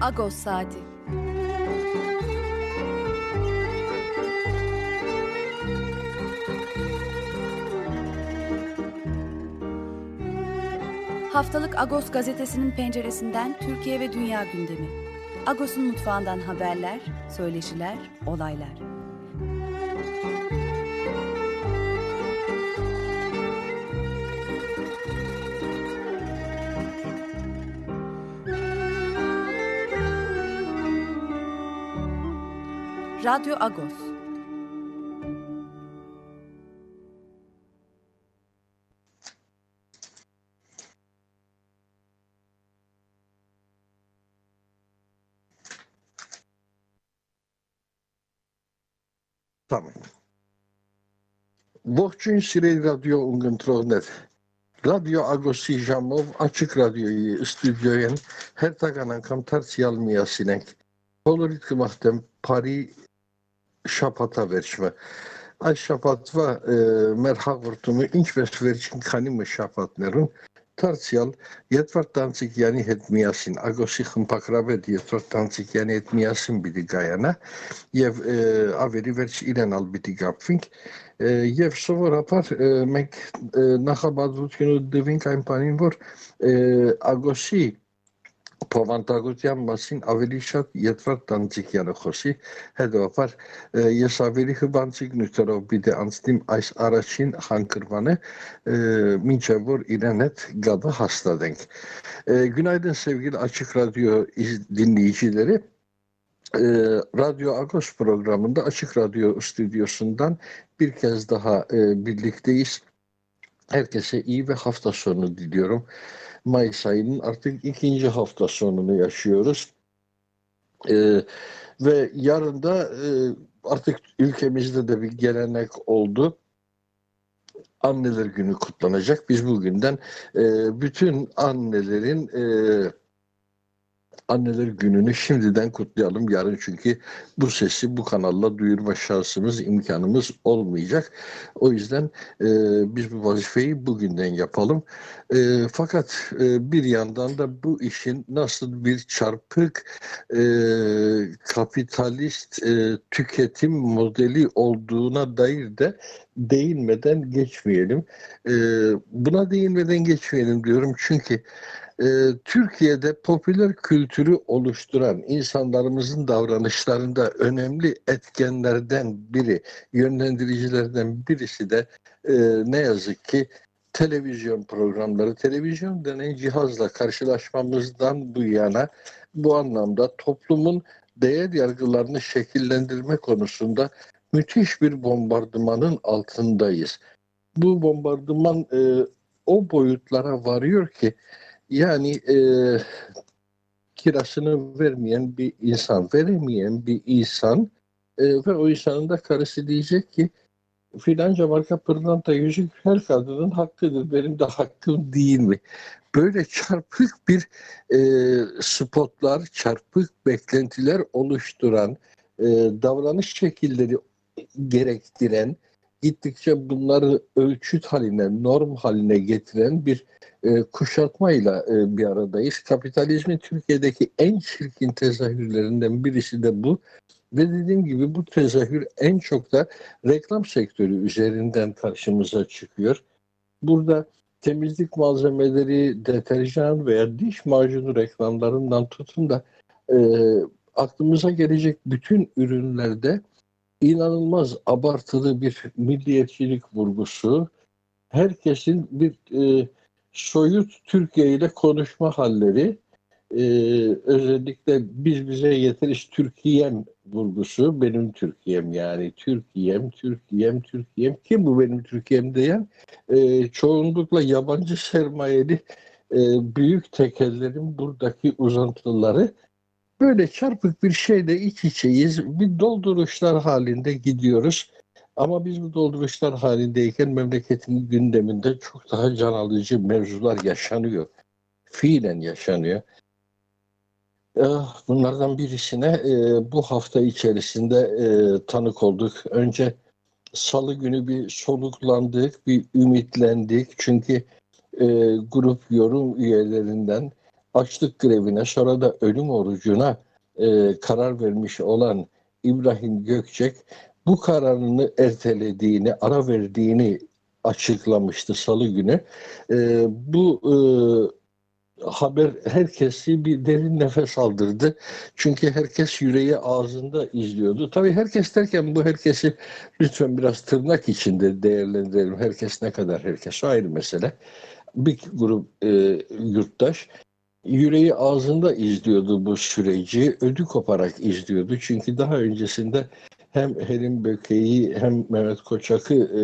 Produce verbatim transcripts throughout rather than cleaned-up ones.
Agos Saati. Haftalık Agos gazetesinin penceresinden Türkiye ve dünya gündemi. Agos'un mutfağından haberler, söyleşiler, olaylar. Radyo Agos. Tamam. Ողջույն սիրելի ռադիո ունգընտրողներ, Ռադիո Ագոսի ժամով Açık Radyo'yu stüdyoyen her takan անգամ դարձյալ միասին ենք։ Բոլորիդ կմաղթեմ բարի շաբաթա վերջը։ Այս շաբաթվա մեր հաղորդումը ինչպես վերջին քանի մը շաբաթներուն դարձյալ Եդվարդ Տանցիկյանի հետ միասին Ագոսի խմբակրավետ Եդվարդ Տանցիկյանի հետ միասին պիտի գայանա եւ ավելի վերջ իրեն ալ պիտի գապվենք եւ սովորաբար մենք նախաբարձությունը դվենք այն բանին որ Ագոսի Փովանտագության մասին ավելի շատ Եդվարդ Տանցիկյանը խոսի, հետևաբար ես ավելի հբանցիկ նյութերով պիտի անցնեմ այս առաջին խանգրվանը, մինչև որ իրեն հետ գաբը հաստատենք։ Günaydın sevgili Açık Radyo dinleyicileri. Radyo Agos programında Açık Radyo stüdyosundan bir kez daha birlikteyiz. Herkese iyi ve hafta sonu diliyorum. Mayıs ayının artık ikinci hafta sonunu yaşıyoruz. Ee, ve yarın da e, artık ülkemizde de bir gelenek oldu. Anneler Günü kutlanacak. Biz bugünden e, bütün annelerin e, Anneler Günü'nü şimdiden kutlayalım. Yarın çünkü bu sesi bu kanalla duyurma şansımız, imkanımız olmayacak. O yüzden e, biz bu vazifeyi bugünden yapalım. E, fakat e, bir yandan da bu işin nasıl bir çarpık e, kapitalist e, tüketim modeli olduğuna dair de değinmeden geçmeyelim. E, buna değinmeden geçmeyelim diyorum çünkü Türkiye'de popüler kültürü oluşturan insanlarımızın davranışlarında önemli etkenlerden biri, yönlendiricilerden birisi de e, ne yazık ki televizyon programları. Televizyon denen cihazla karşılaşmamızdan bu yana bu anlamda toplumun değer yargılarını şekillendirme konusunda müthiş bir bombardımanın altındayız. Bu bombardıman e, o boyutlara varıyor ki yani e, kirasını vermeyen bir insan, veremeyen bir insan e, ve o insanın da karısı diyecek ki filanca marka pırlanta yüzük her kadının hakkıdır, benim de hakkım değil mi? Böyle çarpık bir e, spotlar, çarpık beklentiler oluşturan, e, davranış şekilleri gerektiren, gittikçe bunları ölçüt haline, norm haline getiren bir e, kuşatmayla e, bir aradayız. Kapitalizmin Türkiye'deki en çirkin tezahürlerinden birisi de bu. Ve dediğim gibi bu tezahür en çok da reklam sektörü üzerinden karşımıza çıkıyor. Burada temizlik malzemeleri, deterjan veya diş macunu reklamlarından tutun da e, aklımıza gelecek bütün ürünlerde İnanılmaz abartılı bir milliyetçilik vurgusu, herkesin bir e, soyut Türkiye ile konuşma halleri, e, özellikle biz bize yeteriz Türkiye'm vurgusu, benim Türkiye'm yani Türkiye'm, Türkiye'm, Türkiye'm. Kim bu benim Türkiye'm diyen? E, çoğunlukla yabancı sermayeli e, büyük tekellerin buradaki uzantıları. Böyle çarpık bir şeyle iç içeyiz. Bir dolduruşlar halinde gidiyoruz. Ama biz bu dolduruşlar halindeyken memleketin gündeminde çok daha can alıcı mevzular yaşanıyor. Fiilen yaşanıyor. Bunlardan birisine bu hafta içerisinde tanık olduk. Önce Salı günü bir soluklandık, bir ümitlendik. Çünkü grup yorum üyelerinden açlık grevine, sonra da ölüm orucuna e, karar vermiş olan İbrahim Gökçek bu kararını ertelediğini, ara verdiğini açıklamıştı Salı günü. E, bu e, haber herkesi bir derin nefes aldırdı. Çünkü herkes yüreği ağzında izliyordu. Tabii herkes derken bu herkesi lütfen biraz tırnak içinde değerlendirelim. Herkes ne kadar herkes, o ayrı mesele. Bir grup e, yurttaş yüreği ağzında izliyordu bu süreci. Ödü koparak izliyordu. Çünkü daha öncesinde hem Herim Böke'yi hem Mehmet Koçak'ı e,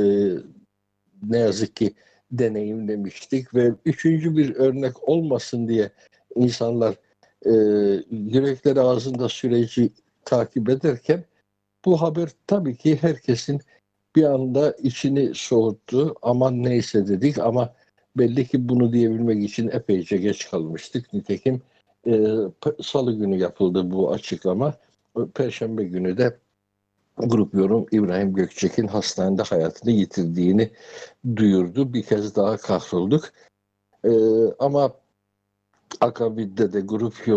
ne yazık ki deneyimlemiştik ve üçüncü bir örnek olmasın diye insanlar e, yürekleri ağzında süreci takip ederken bu haber tabii ki herkesin bir anda içini soğuttu. Aman neyse dedik ama belli ki bunu diyebilmek için epeyce geç kalmıştık. Nitekim e, Salı günü yapıldı bu açıklama. Perşembe günü de grup yorum İbrahim Gökçek'in hastanede hayatını yitirdiğini duyurdu. Bir kez daha kahrolduk. E, ama akabinde de grup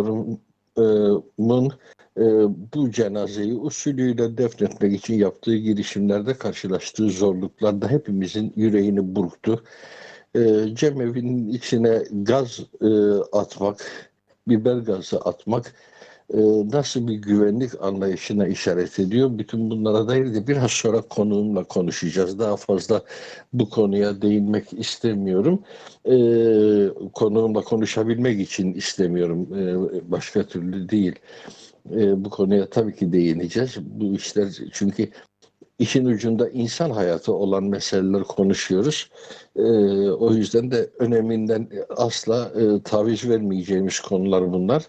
yorumun e, bu cenazeyi usulüyle defnetmek için yaptığı girişimlerde karşılaştığı zorluklarda hepimizin yüreğini burktu. E, Cemevinin içine gaz e, atmak, biber gazı atmak e, nasıl bir güvenlik anlayışına işaret ediyor? Bütün bunlara dair de biraz sonra konuğumla konuşacağız. Daha fazla bu konuya değinmek istemiyorum. E, konuğumla konuşabilmek için istemiyorum. E, başka türlü değil. E, bu konuya tabii ki değineceğiz. Bu işler çünkü işin ucunda insan hayatı olan meseleler konuşuyoruz. E, o yüzden de öneminden asla e, taviz vermeyeceğimiz konular bunlar.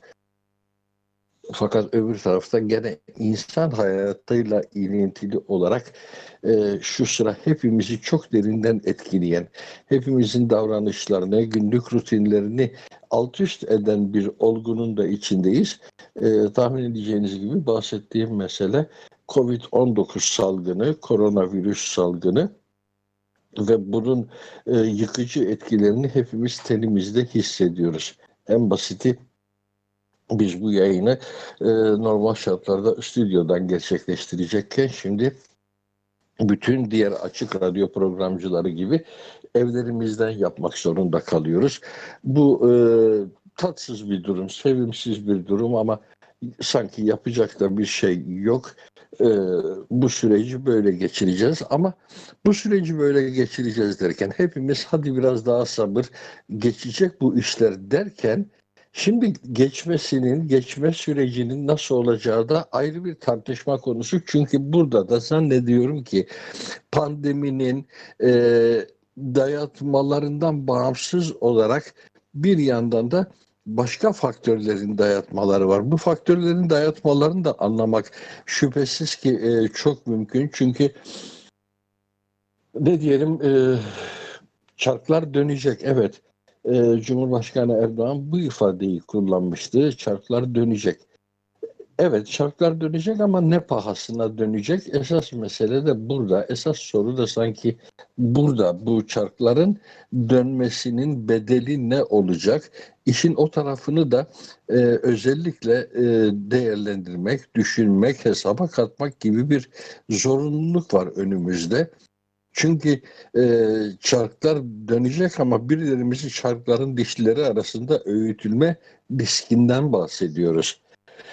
Fakat öbür tarafta gene insan hayatıyla ilintili olarak e, şu sıra hepimizi çok derinden etkileyen, hepimizin davranışlarını, günlük rutinlerini alt üst eden bir olgunun da içindeyiz. E, tahmin edeceğiniz gibi bahsettiğim mesele kovid on dokuz salgını, koronavirüs salgını ve bunun e, yıkıcı etkilerini hepimiz tenimizde hissediyoruz. En basiti, biz bu yayını e, normal şartlarda stüdyodan gerçekleştirecekken şimdi bütün diğer açık radyo programcıları gibi evlerimizden yapmak zorunda kalıyoruz. Bu e, tatsız bir durum, sevimsiz bir durum ama sanki yapacak da bir şey yok. E, bu süreci böyle geçireceğiz ama bu süreci böyle geçireceğiz derken hepimiz hadi biraz daha sabır, geçecek bu işler derken şimdi geçmesinin, geçme sürecinin nasıl olacağı da ayrı bir tartışma konusu. Çünkü burada da zannediyorum ki pandeminin e, dayatmalarından bağımsız olarak bir yandan da başka faktörlerin dayatmaları var. Bu faktörlerin dayatmalarını da anlamak şüphesiz ki e, çok mümkün. Çünkü ne diyelim e, çarklar dönecek. Evet. Ee, Cumhurbaşkanı Erdoğan bu ifadeyi kullanmıştı. Çarklar dönecek. Evet, çarklar dönecek ama ne pahasına dönecek? Esas mesele de burada. Esas soru da sanki burada. Bu çarkların dönmesinin bedeli ne olacak? İşin o tarafını da e, özellikle e, değerlendirmek, düşünmek, hesaba katmak gibi bir zorunluluk var önümüzde. Çünkü e, çarklar dönecek ama birilerimizi çarkların dişlileri arasında öğütülme riskinden bahsediyoruz.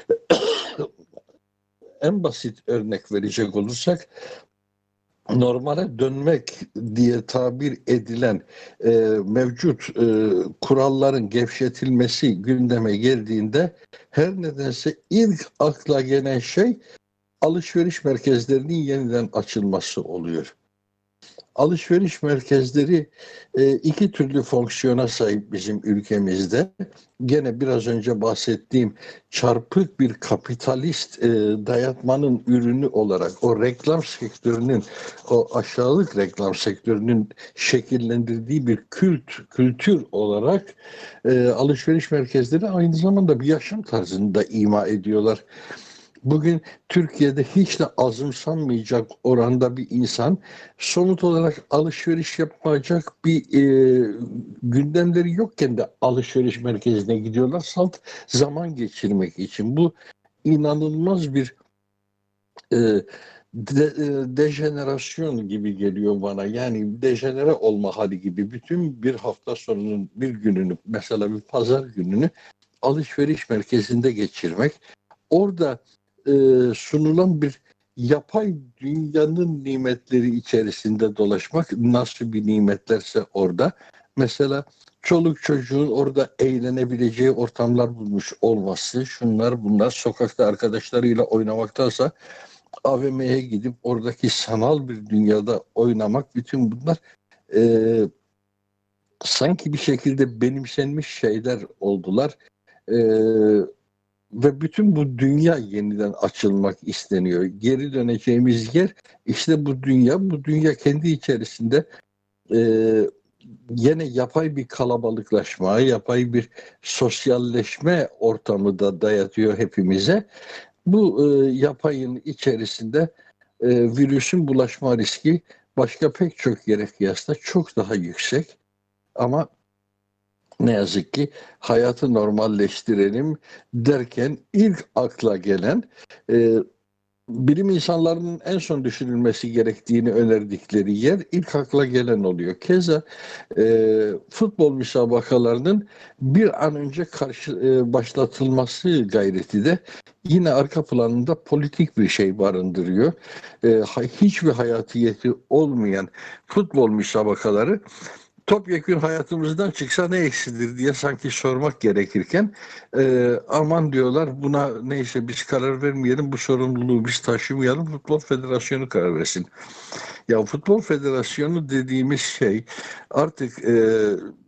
En basit örnek verecek olursak normale dönmek diye tabir edilen e, mevcut e, kuralların gevşetilmesi gündeme geldiğinde her nedense ilk akla gelen şey alışveriş merkezlerinin yeniden açılması oluyor. Alışveriş merkezleri e, iki türlü fonksiyona sahip bizim ülkemizde. Gene biraz önce bahsettiğim çarpık bir kapitalist e, dayatmanın ürünü olarak o reklam sektörünün, o aşağılık reklam sektörünün şekillendirdiği bir kült, kültür olarak e, alışveriş merkezleri aynı zamanda bir yaşam tarzını da ima ediyorlar. Bugün Türkiye'de hiç de azımsanmayacak oranda bir insan somut olarak alışveriş yapmayacak bir e, gündemleri yokken de alışveriş merkezine gidiyorlar salt zaman geçirmek için. Bu inanılmaz bir e, de, e, dejenerasyon gibi geliyor bana. Yani dejenere olma hali gibi. Bütün bir hafta sonunun bir gününü, mesela bir pazar gününü alışveriş merkezinde geçirmek. Orada e, sunulan bir yapay dünyanın nimetleri içerisinde dolaşmak, nasıl bir nimetlerse orada. Mesela çoluk çocuğun orada eğlenebileceği ortamlar bulmuş olması, şunlar bunlar, sokakta arkadaşlarıyla oynamaktansa A V M'ye gidip oradaki sanal bir dünyada oynamak, bütün bunlar e, sanki bir şekilde benimsenmiş şeyler oldular. E, Ve bütün bu dünya yeniden açılmak isteniyor. Geri döneceğimiz yer işte bu dünya. Bu dünya kendi içerisinde e, yine yapay bir kalabalıklaşma, yapay bir sosyalleşme ortamı da dayatıyor hepimize. Bu e, yapayın içerisinde e, virüsün bulaşma riski başka pek çok yere kıyasla çok daha yüksek. Ama ne yazık ki hayatı normalleştirelim derken ilk akla gelen e, bilim insanlarının en son düşünülmesi gerektiğini önerdikleri yer ilk akla gelen oluyor. Keza e, futbol müsabakalarının bir an önce karşı, e, başlatılması gayreti de yine arka planında politik bir şey barındırıyor. E, hiçbir hayatiyeti olmayan futbol müsabakaları topyekün hayatımızdan çıksa ne eksidir diye sanki sormak gerekirken e, aman diyorlar buna, neyse biz karar vermeyelim, bu sorumluluğu biz taşımayalım, Futbol Federasyonu karar versin. Ya Futbol Federasyonu dediğimiz şey artık e,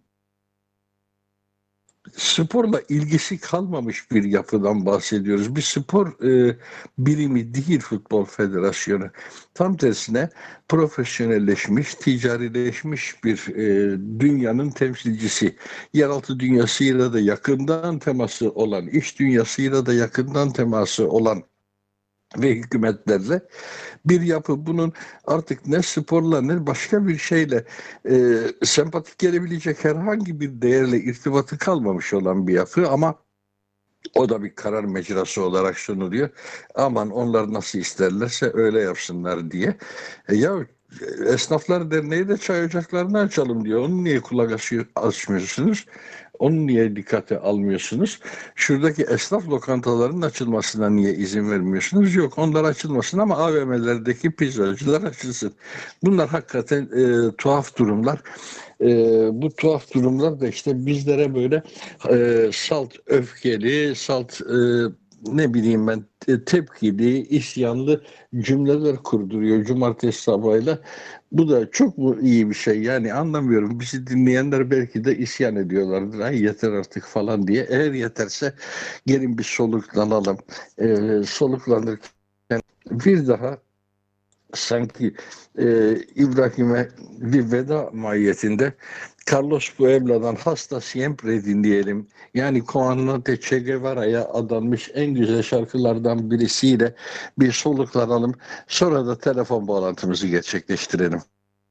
sporla ilgisi kalmamış bir yapıdan bahsediyoruz. Bir spor e, birimi değil Futbol Federasyonu. Tam tersine profesyonelleşmiş, ticarileşmiş bir e, dünyanın temsilcisi. Yeraltı dünyasıyla da yakından teması olan, iş dünyasıyla da yakından teması olan ve hükümetlerle bir yapı. Bunun artık ne sporla ne başka bir şeyle e, sempatik gelebilecek herhangi bir değerle irtibatı kalmamış olan bir yapı, ama o da bir karar mecrası olarak sunuluyor. Aman onlar nasıl isterlerse öyle yapsınlar diye. E ya Esnaflar Derneği de çay ocaklarını açalım diyor. Onu niye kulak açıyor, açmıyorsunuz? Onu niye dikkate almıyorsunuz? Şuradaki esnaf lokantalarının açılmasına niye izin vermiyorsunuz? Yok, onlar açılmasın ama A V M'lerdeki pizzacılar açılsın. Bunlar hakikaten e, tuhaf durumlar. E, bu tuhaf durumlar da işte bizlere böyle e, salt öfkeli, salt e, ne bileyim ben tepkili, isyanlı cümleler kurduruyor cumartesi sabahıyla. Bu da çok mu iyi bir şey? Yani anlamıyorum. Bizi dinleyenler belki de isyan ediyorlardır. Ay yeter artık falan diye. Eğer yeterse gelin bir soluklanalım. Ee, soluklanırken bir daha sanki e, İbrahim'e bir veda mahiyetinde Carlos Puebla'dan Hasta Siempre dinleyelim. Yani Comandante Che Guevara'ya adanmış en güzel şarkılardan birisiyle bir soluklanalım. Sonra da telefon bağlantımızı gerçekleştirelim.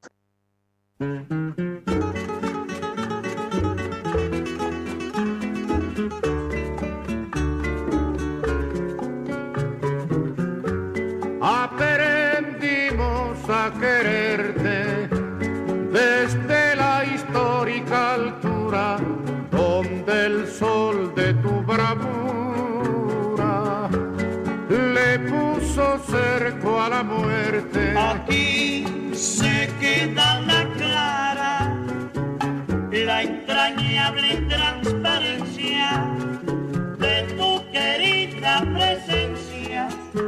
Aprendimos a quererte desde la histórica altura donde el sol de tu bravura le puso cerco a la muerte. Aquí se queda la clara, la entrañable transparencia de tu querida presencia,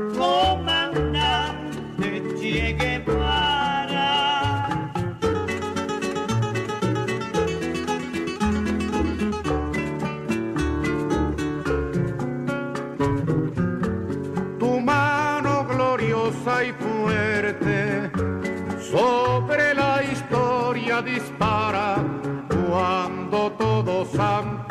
comandante Che Guevara. Tu mano gloriosa y fuerte sobre la historia dispara cuando todos han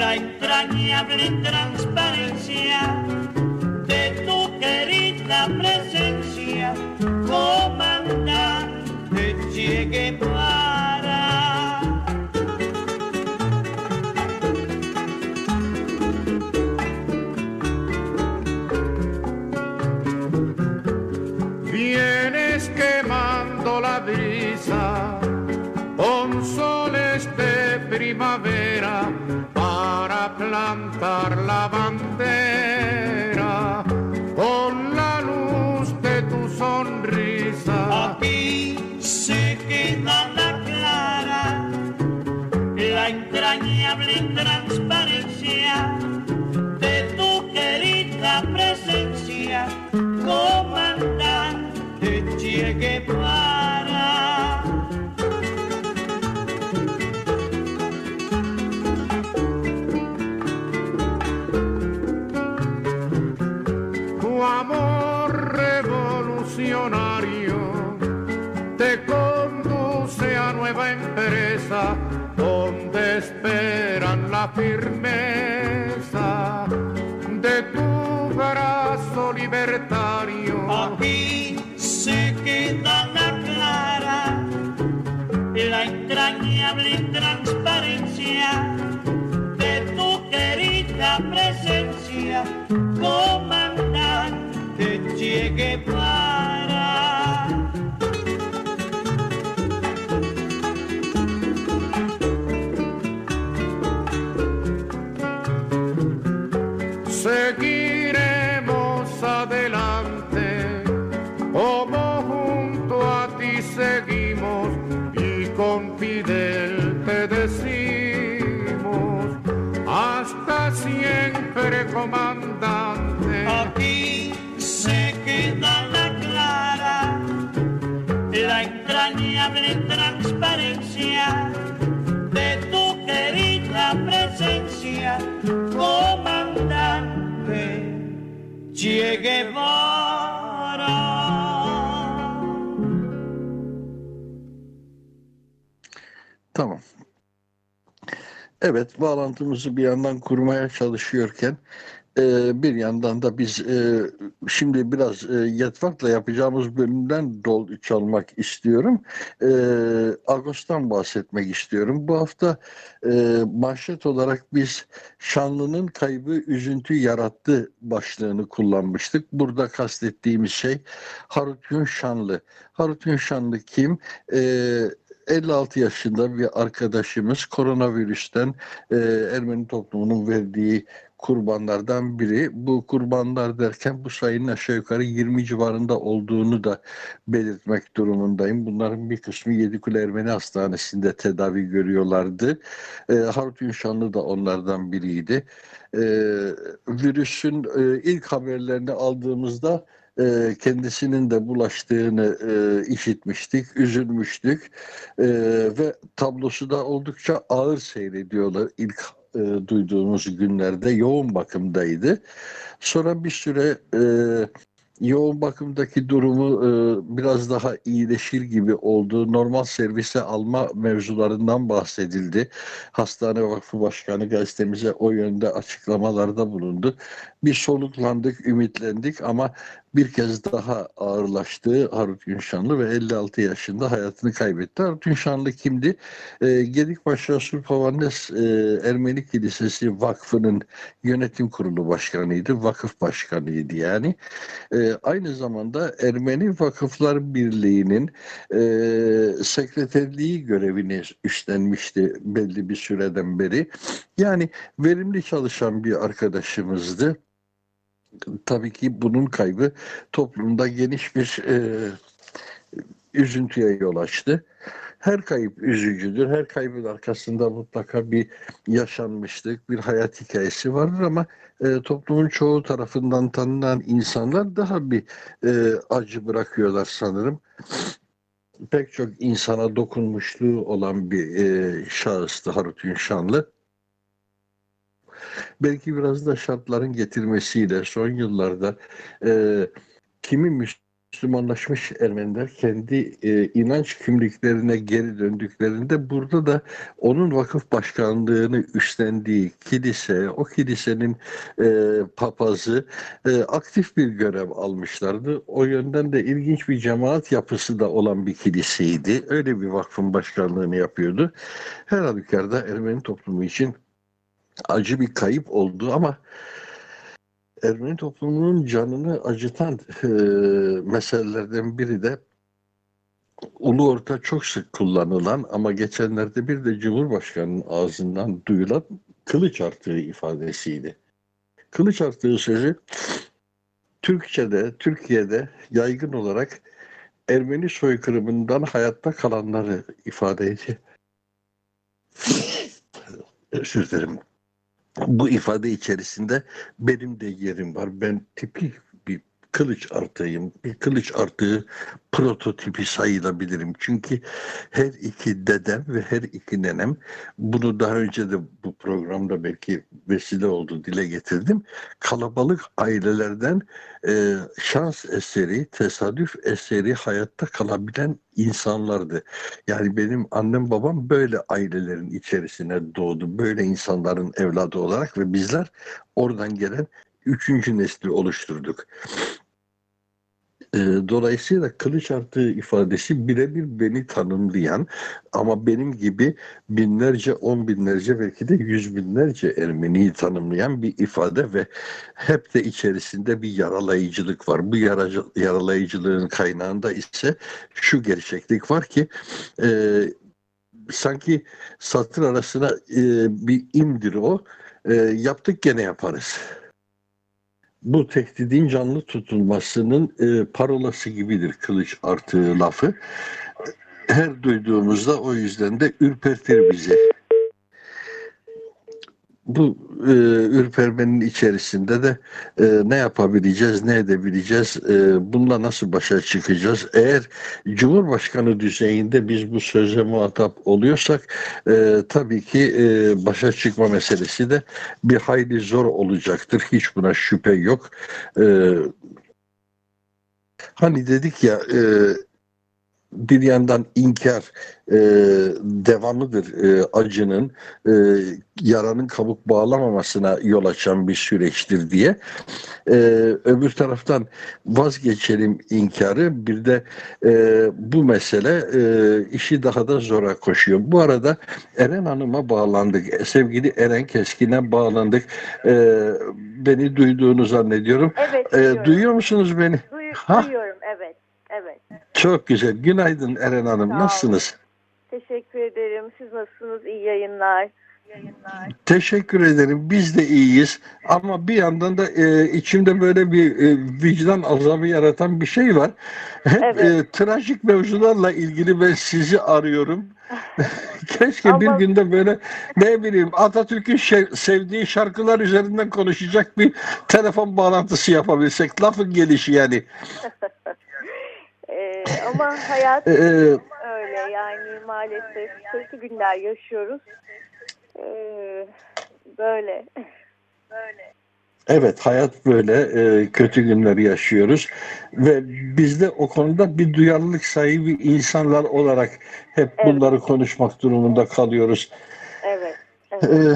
la entrañable transparencia de tu querida presencia, comandante Che Guevara. Vienes quemando la brisa con soles de primavera para plantar la bandera con la luz de tu sonrisa. Aquí se queda la clara, la entrañable transparencia de tu querida presencia, comandante Che Guevara. Tu amor revolucionario te conduce a nueva empresa donde esperan la firmeza de tu brazo libertario. Aquí se queda la clara, la entrañable transparencia de tu querida presencia, comandante Che Guevara. Seguiremos adelante, como junto a ti seguimos, y con Fidel te decimos, hasta siempre, comandante. Aquí se queda la clara, la entrañable transparencia de tu querida presencia, comandante Che Guevara. Tamam. Evet, bağlantımızı bir yandan kurmaya çalışıyorken e, bir yandan da biz e, şimdi biraz e, Yetvak'la yapacağımız bölümden dol çalmak istiyorum. E, Ağustos'tan bahsetmek istiyorum. Bu hafta e, manşet olarak biz Şanlı'nın kaybı üzüntü yarattı başlığını kullanmıştık. Burada kastettiğimiz şey Harut Gün Şanlı. Harut Gün Şanlı kim? E, elli altı yaşında bir arkadaşımız, koronavirüsten e, Ermeni toplumunun verdiği kurbanlardan biri. Bu kurbanlar derken bu sayının aşağı yukarı yirmi civarında olduğunu da belirtmek durumundayım. Bunların bir kısmı Yedikule Ermeni Hastanesi'nde tedavi görüyorlardı. E, Harut Ünşanlı da onlardan biriydi. E, virüsün e, ilk haberlerini aldığımızda e, kendisinin de bulaştığını e, işitmiştik, üzülmüştük e, ve tablosu da oldukça ağır seyrediyorlar ilk e, duyduğumuz günlerde. Yoğun bakımdaydı. Sonra bir süre e, yoğun bakımdaki durumu e, biraz daha iyileşir gibi oldu. Normal servise alma mevzularından bahsedildi. Hastane Vakfı Başkanı gazetemize o yönde açıklamalarda bulundu. Bir soluklandık, ümitlendik ama bir kez daha ağırlaştı Harut Günşanlı ve elli altı yaşında hayatını kaybetti. Harut Günşanlı kimdi? E, Gedikbaşı Resul Pavannes e, Ermeni Kilisesi Vakfı'nın yönetim kurulu başkanıydı. Vakıf başkanıydı yani. E, aynı zamanda Ermeni Vakıflar Birliği'nin e, sekreterliği görevini üstlenmişti belli bir süreden beri. Yani verimli çalışan bir arkadaşımızdı. Tabii ki bunun kaybı toplumda geniş bir e, üzüntüye yol açtı. Her kayıp üzücüdür. Her kaybın arkasında mutlaka bir yaşanmışlık, bir hayat hikayesi vardır ama e, toplumun çoğu tarafından tanınan insanlar daha bir e, acı bırakıyorlar sanırım. Pek çok insana dokunmuşluğu olan bir e, şahıstı Harut Günşanlı. Belki biraz da şartların getirmesiyle son yıllarda e, kimi Müslümanlaşmış Ermeniler kendi e, inanç kimliklerine geri döndüklerinde burada da onun vakıf başkanlığını üstlendiği kilise, o kilisenin e, papazı e, aktif bir görev almışlardı. O yönden de ilginç bir cemaat yapısı da olan bir kiliseydi. Öyle bir vakfın başkanlığını yapıyordu. Her halükarda Ermeni toplumu için acı bir kayıp oldu ama Ermeni toplumunun canını acıtan e, meselelerden biri de ulu orta çok sık kullanılan ama geçenlerde bir de Cumhurbaşkanı'nın ağzından duyulan kılıç artığı ifadesiydi. Kılıç artığı sözü Türkçe'de, Türkiye'de yaygın olarak Ermeni soykırımından hayatta kalanları ifade ediyor. Özür dilerim. Bu ifade içerisinde benim de yerim var. Ben tipik bir kılıç artığıyım. Bir kılıç artığı prototipi sayılabilirim. Çünkü her iki dedem ve her iki nenem, bunu daha önce de bu programda belki vesile oldu, dile getirdim. Kalabalık ailelerden e, şans eseri, tesadüf eseri hayatta kalabilen insanlardı. Yani benim annem babam böyle ailelerin içerisine doğdu. Böyle insanların evladı olarak ve bizler oradan gelen üçüncü nesli oluşturduk. Dolayısıyla kılıç artığı ifadesi birebir beni tanımlayan ama benim gibi binlerce, on binlerce belki de yüz binlerce Ermeniyi tanımlayan bir ifade ve hep de içerisinde bir yaralayıcılık var. Bu yaracı, yaralayıcılığın kaynağında ise şu gerçeklik var ki e, sanki satır arasına e, bir imdir o. E, yaptık gene yaparız. Bu tehdidin canlı tutulmasının e, parolası gibidir kılıç artığı lafı. Her duyduğumuzda o yüzden de ürpertir bizi. Bu e, ürpermenin içerisinde de e, ne yapabileceğiz, ne edebileceğiz, e, bununla nasıl başa çıkacağız? Eğer Cumhurbaşkanı düzeyinde biz bu söze muhatap oluyorsak e, tabii ki e, başa çıkma meselesi de bir hayli zor olacaktır. Hiç buna şüphe yok. E, hani dedik ya, e, bir yandan inkar e, devamıdır e, acının, e, yaranın kabuk bağlamamasına yol açan bir süreçtir diye. E, öbür taraftan vazgeçelim inkarı, bir de e, bu mesele e, işi daha da zora koşuyor. Bu arada Eren Hanım'a bağlandık. Sevgili Eren Keskin'e bağlandık. E, beni duyduğunu zannediyorum. Evet, e, duyuyor musunuz beni? Duy, ha? Duyuyorum, evet. Evet. Çok güzel. Günaydın Eren Hanım. Sağ Nasılsınız? olun. Teşekkür ederim. Siz nasılsınız? İyi yayınlar. yayınlar. Teşekkür ederim. Biz de iyiyiz. Ama bir yandan da e, içimde böyle bir e, vicdan azabı yaratan bir şey var. Hep Evet. e, trajik mevzularla ilgili ben sizi arıyorum. Keşke Ama... bir günde böyle, ne bileyim, Atatürk'ün şev- sevdiği şarkılar üzerinden konuşacak bir telefon bağlantısı yapabilsek. Lafın gelişi yani. Ee, ama hayat Ee, öyle yani, maalesef kötü günler yaşıyoruz. Ee, böyle. Böyle. Evet, hayat böyle, e, kötü günleri yaşıyoruz ve biz de o konuda bir duyarlılık sahibi insanlar olarak hep Evet. bunları konuşmak durumunda kalıyoruz. Evet. Evet. Ee,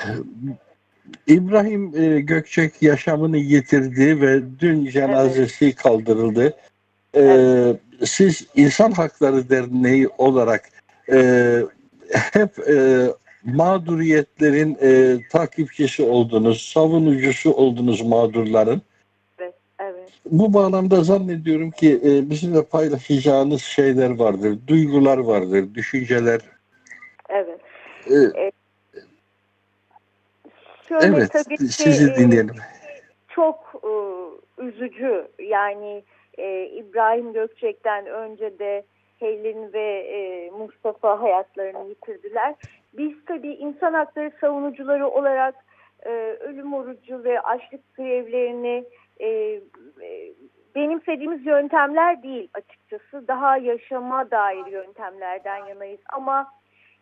İbrahim e, Gökçek yaşamını yitirdi ve dün cenazesi evet. kaldırıldı. Ee, evet. Siz İnsan Hakları Derneği olarak e, hep e, mağduriyetlerin e, takipçisi oldunuz, savunucusu oldunuz mağdurların. Evet, evet. Bu bağlamda zannediyorum ki e, bizimle paylaşacağınız şeyler vardır, duygular vardır, düşünceler. Evet. Ee, ee, şöyle, evet, tabii ki, sizi dinleyelim. Çok e, üzücü. Yani e, İbrahim Gökçek'ten önce de Helin ve e, Mustafa hayatlarını yitirdiler. Biz tabii insan hakları savunucuları olarak e, ölüm orucu ve açlık grevlerini e, e, benimsediğimiz yöntemler değil açıkçası. Daha yaşama dair yöntemlerden yanayız. Ama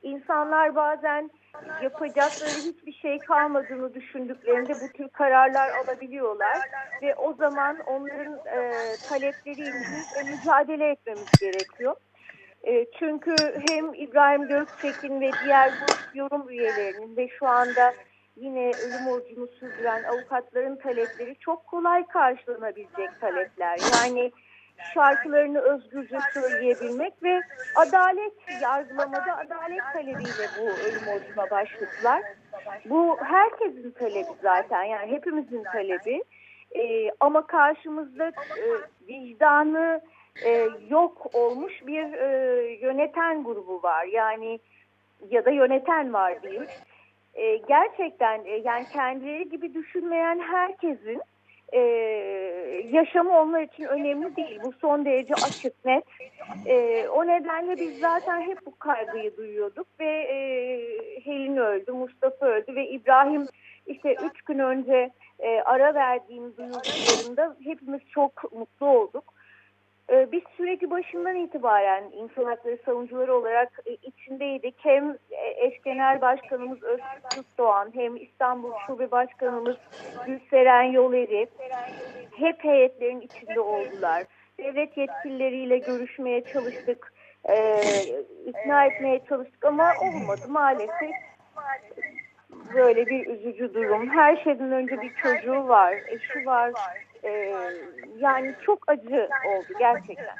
İnsanlar bazen yapacakları hiçbir şey kalmadığını düşündüklerinde bu tür kararlar alabiliyorlar ve o zaman onların e, talepleriyle mücadele etmemiz gerekiyor. E, çünkü hem İbrahim Gökçek'in ve diğer grup yorum üyelerinin ve şu anda yine ölüm orucunu sürdüren avukatların talepleri çok kolay karşılanabilecek talepler. Yani şarkılarını özgürce söyleyebilmek ve adalet, yargılamada adalet talebiyle bu ölüm orucuna başladılar. Bu herkesin talebi zaten, yani hepimizin talebi. Ee, ama karşımızda e, vicdanı e, yok olmuş bir e, yöneten grubu var. Yani ya da yöneten var diyeyim. E, gerçekten e, yani kendileri gibi düşünmeyen herkesin Ee, yaşamı onlar için önemli değil. Bu son derece açık, net. Ee, o nedenle biz zaten hep bu kaygıyı duyuyorduk ve e, Helin öldü, Mustafa öldü ve İbrahim işte üç gün önce e, ara verdiğim duyurularında hepimiz çok mutlu olduk. Ee, biz sürekli başından itibaren insan hakları savunucuları olarak e, içindeydik. Hem eş genel başkanımız Öztürk Doğan, hem İstanbul Şube Başkanımız Gülseren Yoleri hep heyetlerin içinde oldular. Devlet yetkilileriyle görüşmeye çalıştık, e, ikna etmeye çalıştık ama olmadı maalesef. Böyle bir üzücü durum. Her şeyden önce bir çocuğu var, eşi var. Ee, yani çok acı oldu gerçekten.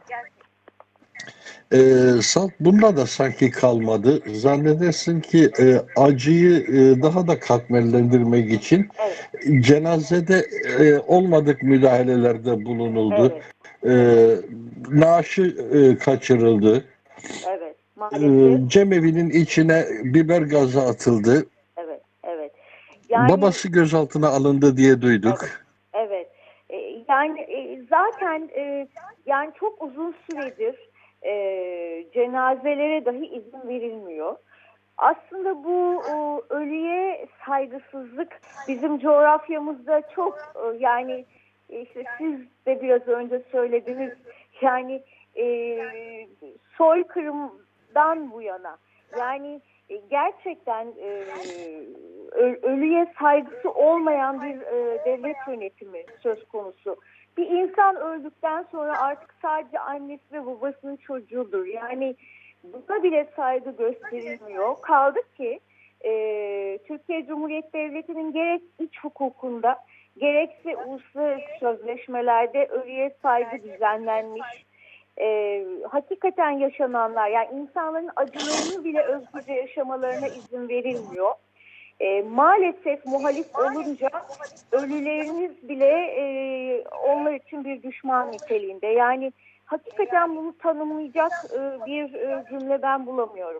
Ee, Salt bunda da sanki kalmadı. Zannedersin ki e, acıyı e, daha da katmerlendirmek için Evet. cenazede e, olmadık müdahalelerde bulunuldu. Evet. E, naaşı e, kaçırıldı. Evet. E, Maalesef. Cemevinin içine biber gazı atıldı. Evet. Evet. Yani, babası gözaltına alındı diye duyduk. Evet. Evet. E, yani e, zaten e, yani çok uzun süredir e, cenazelere dahi izin verilmiyor. Aslında bu o, ölüye saygısızlık bizim coğrafyamızda çok e, yani işte siz de biraz önce söylediniz yani e, soykırımdan bu yana yani e, gerçekten e, ölüye saygısı olmayan bir e, devlet yönetimi söz konusu. Bir insan öldükten sonra artık sadece annesi ve babasının çocuğudur. Yani buna bile saygı gösterilmiyor. Kaldı ki e, Türkiye Cumhuriyeti Devleti'nin gerek iç hukukunda gerekse uluslararası sözleşmelerde ölüye saygı düzenlenmiş. E, hakikaten yaşananlar yani insanların acılarını bile özgürce yaşamalarına izin verilmiyor. E, maalesef muhalif olunca ölüleriniz bile e, onlar için bir düşman niteliğinde. Yani hakikaten bunu tanımlayacak e, bir e, cümle ben bulamıyorum.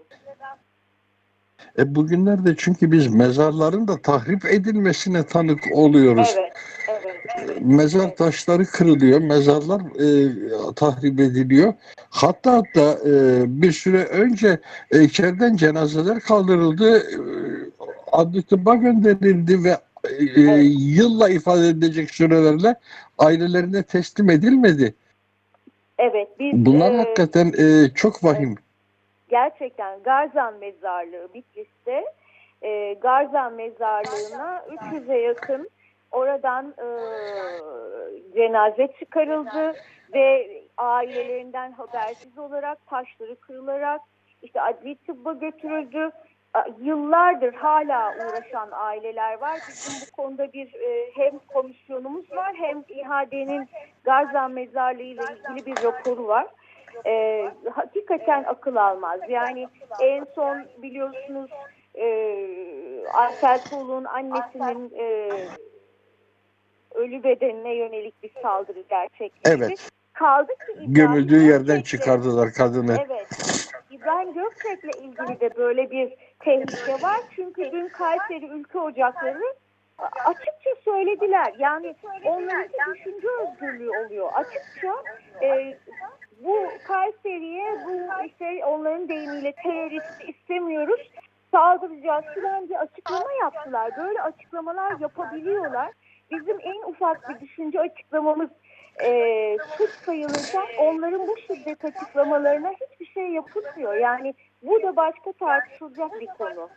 E bugünlerde çünkü biz mezarların da tahrip edilmesine tanık oluyoruz. Evet, evet, evet. Mezar taşları kırılıyor, mezarlar e, tahrip ediliyor. Hatta hatta e, bir süre önce e, içeriden cenazeler kaldırıldı, e, adli tıbba gönderildi ve e, Evet. yılla ifade edilecek sürelerle ailelerine teslim edilmedi. Evet, biz Bunlar e, hakikaten e, çok vahim. Evet. Gerçekten Garzan Mezarlığı Bitlis'te e, Garzan Mezarlığı'na üç yüze yakın oradan e, cenaze çıkarıldı ve ailelerinden habersiz olarak taşları kırılarak işte adli tıbba götürüldü. Yıllardır hala uğraşan aileler var. Bizim bu konuda bir e, hem komisyonumuz var hem İHA'denin Garzan Mezarlığı ile ilgili bir raporu var. E, hakikaten akıl almaz. Yani en son biliyorsunuz e, Aysel Tuğlu'nun annesinin e, ölü bedenine yönelik bir saldırı gerçekleşti. Evet. Kaldı ki İbrahim gömüldüğü yerden Gökçek'le, çıkardılar kadını. Evet. İbrahim Gökçek'le ilgili de böyle bir tehlike var. Çünkü dün Kayseri Ülke Ocakları açıkça söylediler. Yani onların düşünce özgürlüğü oluyor. Açıkça e, bu Kayseri'ye bu işte onların deyimiyle terörist istemiyoruz, saldıracağız filan diye açıklama yaptılar. Böyle açıklamalar yapabiliyorlar. Bizim en ufak bir düşünce açıklamamız e, suç sayılırken onların bu şiddet açıklamalarına hiçbir şey yapılmıyor. Yani Bu da başka tartışılacak bir konu.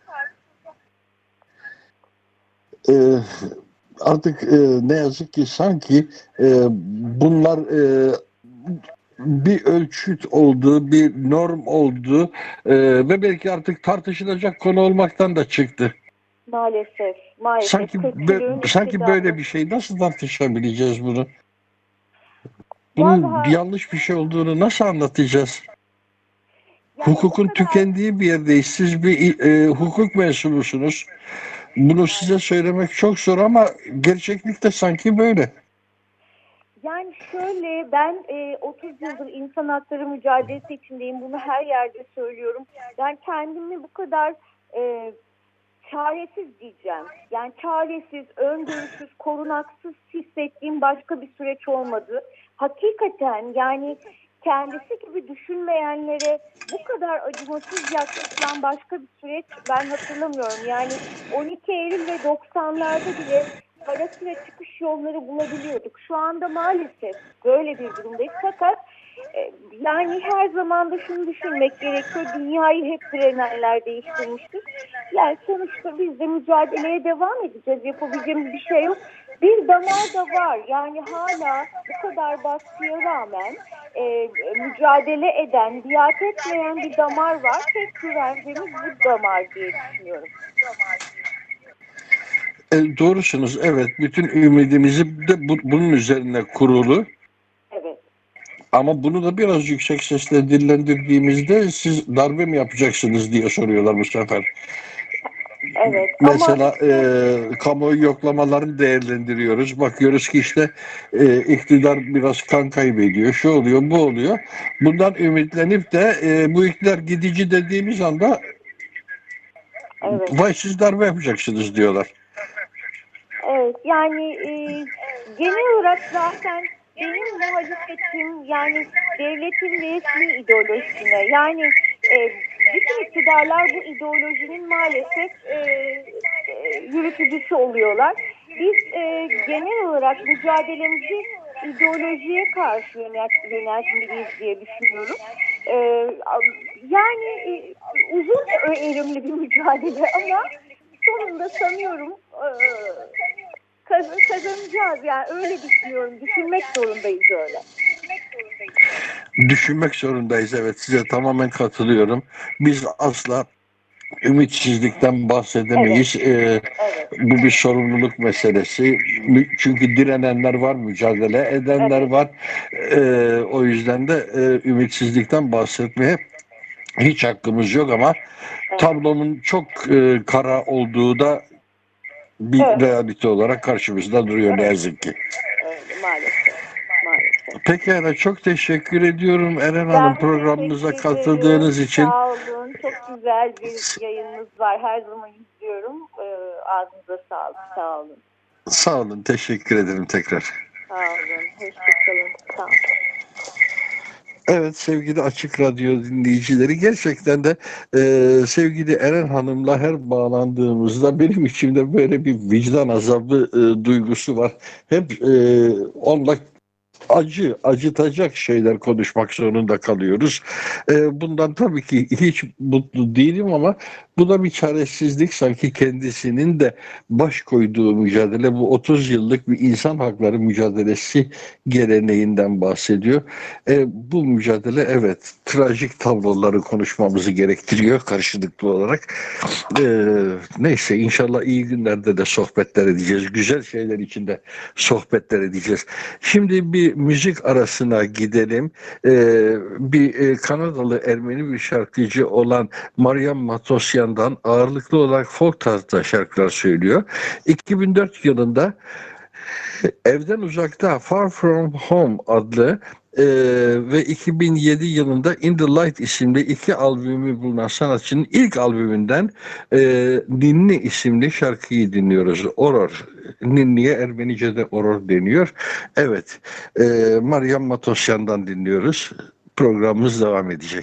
Ee, artık e, ne yazık ki sanki e, bunlar e, bir ölçüt olduğu, bir norm olduğu e, ve belki artık tartışılacak konu olmaktan da çıktı. Maalesef, maalesef. Sanki bö- sanki böyle bir şey, nasıl tartışabileceğiz bunu? Bunun Vallahi, yanlış bir şey olduğunu nasıl anlatacağız? yani Hukukun o kadar- tükendiği bir yerdeyiz. Siz bir e, hukuk mensubusunuz. Bunu size söylemek çok zor ama gerçeklikte sanki böyle. Yani şöyle, ben e, otuz yıldır insan hakları mücadelesi içindeyim. Bunu her yerde söylüyorum. Ben kendimi bu kadar e, çaresiz diyeceğim. Yani çaresiz, öngörüsüz, korunaksız hissettiğim başka bir süreç olmadı. Hakikaten yani kendisi gibi düşünmeyenlere bu kadar acımasız yaklaşılan başka bir süreç ben hatırlamıyorum. Yani on iki Eylül ve doksanlarda bile arası ve çıkış yolları bulabiliyorduk. Şu anda maalesef böyle bir durumdayız. Fakat e, yani her zaman da şunu düşünmek gerekiyor. Dünyayı hep direnenler değiştirmiştir. Yani sonuçta biz de mücadeleye devam edeceğiz. Yapabileceğimiz bir şey yok. Bir damar da var. Yani hala bu kadar baskıya rağmen e, mücadele eden, biat etmeyen bir damar var. Tek güvencemiz bu damar diye düşünüyorum. E, doğrusunuz, evet. Bütün ümidimizi de bu, bunun üzerine kurulu. Evet. Ama bunu da biraz yüksek sesle dillendirdiğimizde siz darbe mi yapacaksınız diye soruyorlar bu sefer. Evet. Mesela Ama e, kamuoyu yoklamalarını değerlendiriyoruz. Bakıyoruz ki işte e, iktidar biraz kan kaybediyor. Şu oluyor, bu oluyor. Bundan ümitlenip de e, bu iktidar gidici dediğimiz anda evet. vay siz darbe yapacaksınız diyorlar. Evet, yani e, genel olarak zaten benim muhalefetim yani devletin resmi ideolojisine, yani e, bütün iktidarlar bu ideolojinin maalesef e, e, yürütücüsü oluyorlar. Biz e, genel olarak mücadelemizi ideolojiye karşı yönelt- yöneltmeliyiz diye düşünüyorum. E, yani e, uzun eğilimli bir mücadele ama sonunda sanıyorum e, kazan, kazanacağız. Yani öyle düşünüyorum. Düşünmek zorundayız öyle. Düşünmek zorundayız, evet, size tamamen katılıyorum. Biz asla ümitsizlikten bahsedemeyiz. Evet. Ee, Evet. bu bir sorumluluk meselesi. Mü- Çünkü direnenler var, mücadele edenler Evet. var. Ee, o yüzden de e, ümitsizlikten bahsetmeye hiç hakkımız yok ama Evet. tablonun çok e, kara olduğu da bir Evet. realite olarak karşımızda duruyor ne yazık ki. Öyle, maalesef. Maalesef. Pekala, çok teşekkür ediyorum Eren Ben Hanım programımıza teşekkür katıldığınız ederim. için. Sağ olun. Çok güzel bir yayınınız var. Her zaman izliyorum. Ee, ağzınıza sağlık. Sağ olun. Sağ olun, teşekkür ederim tekrar. Sağ olun. Hoşçakalın. Sağ olun. Evet sevgili Açık Radyo dinleyicileri, gerçekten de e, sevgili Eren Hanım'la her bağlandığımızda benim içimde böyle bir vicdan azabı e, duygusu var. Hep e, onunla acı, acıtacak şeyler konuşmak zorunda kalıyoruz. E, bundan tabii ki hiç mutlu değilim ama bu da bir çaresizlik. Sanki kendisinin de baş koyduğu mücadele, bu otuz yıllık bir insan hakları mücadelesi geleneğinden bahsediyor. E, bu mücadele, evet, trajik tabloları konuşmamızı gerektiriyor karşılıklı olarak. E, neyse, inşallah iyi günlerde de sohbetler edeceğiz. Güzel şeyler içinde sohbetler edeceğiz. Şimdi bir müzik arasına gidelim. E, bir e, Kanadalı Ermeni bir şarkıcı olan Mariam Matosyan'dan ağırlıklı olarak folk tarzda şarkılar söylüyor. iki bin dört yılında Evden Uzakta, Far From Home adlı e, ve iki bin yedi yılında In The Light isimli iki albümü bulunan sanatçının ilk albümünden e, Ninni isimli şarkıyı dinliyoruz. Oror. Ninni'ye Ermenice'de Oror deniyor. Evet, e, Mariam Matosyan'dan dinliyoruz. Programımız devam edecek.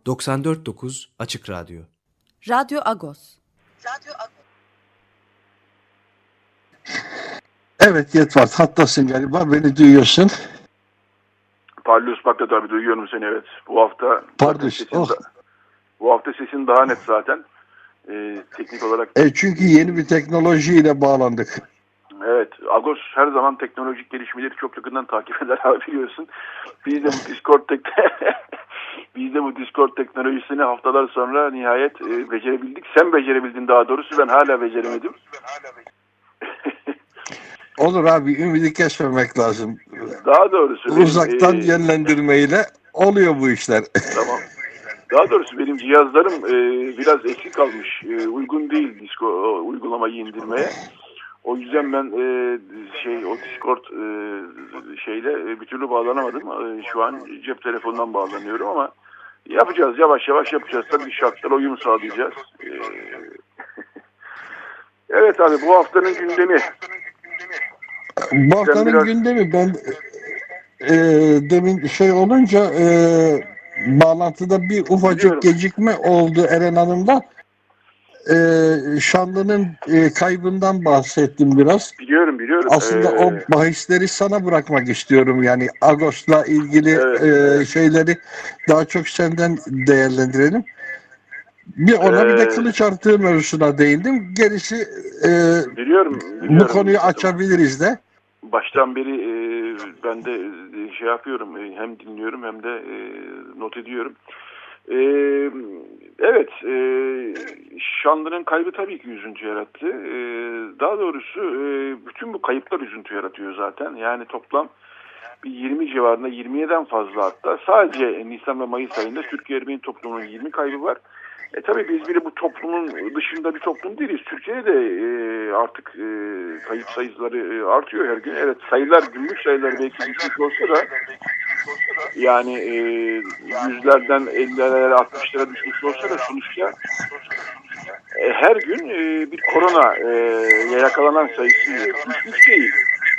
doksan dört nokta dokuz Açık Radyo. Radyo Agos. Radyo Agos. Evet Yetvar, hattasın galiba, beni duyuyorsun. Parlus Bakta tabii duyuyorum seni, evet. Bu hafta Pardus, oh. da, bu hafta sesin daha net zaten. Ee, teknik olarak. E çünkü yeni bir teknolojiyle bağlandık. Evet, Agos her zaman teknolojik gelişmeleri çok yakından takip eder abi, biliyorsun. Biz de bu Discord tek Biz de bu Discord teknolojisini haftalar sonra nihayet e, becerebildik. Sen becerebildin daha doğrusu, ben hala beceremedim. Olur abi, ümidi kesmemek lazım. Daha doğrusu uzaktan benim, e, yönlendirmeyle oluyor bu işler. Tamam. Daha doğrusu benim cihazlarım e, biraz eksik kalmış. E, uygun değil Discord uygulamayı indirmeye. O yüzden ben e, şey o Discord e, şeyle e, bir türlü bağlanamadım. E, şu an cep telefonundan bağlanıyorum ama yapacağız, yavaş yavaş yapacağız. Tabii şartlara uyum sağlayacağız. E, evet abi, bu haftanın gündemi. Bu haftanın biraz... gündemi ben e, demin şey olunca e, bağlantıda bir ufacık Biliyorum. gecikme oldu Eren Hanım'da. E, Şanlı'nın e, kaybından bahsettim biraz. Biliyorum biliyorum. Aslında ee... o bahisleri sana bırakmak istiyorum. Yani Agos'la ilgili evet, e, evet. şeyleri daha çok senden değerlendirelim. Bir ona ee... bir de kılıç artığı mevzusuna değindim. Gerisi e, biliyorum, biliyorum. bu konuyu açabiliriz de. Baştan beri e, ben de e, şey yapıyorum, e, hem dinliyorum hem de e, not ediyorum. E, evet, e, Şanlı'nın kaybı tabii ki üzüntü yarattı. E, daha doğrusu e, bütün bu kayıplar üzüntü yaratıyor zaten. Yani toplam bir yirmi civarında, yirmiyeden fazla hatta. Sadece Nisan ve Mayıs ayında Türkiye Ermeni toplumunun yirmi kaybı var. E tabii biz bile bu toplumun dışında bir toplum değiliz. Türkiye'de e, artık e, kayıp sayıları e, artıyor her gün. Evet, sayılar, günlük sayılar belki düşük olsa da yani e, yüzlerden ellilere, altmışlara düşmüş olsa da sonuçta e, her gün e, bir korona e, yakalanan sayısı düşmüş değil.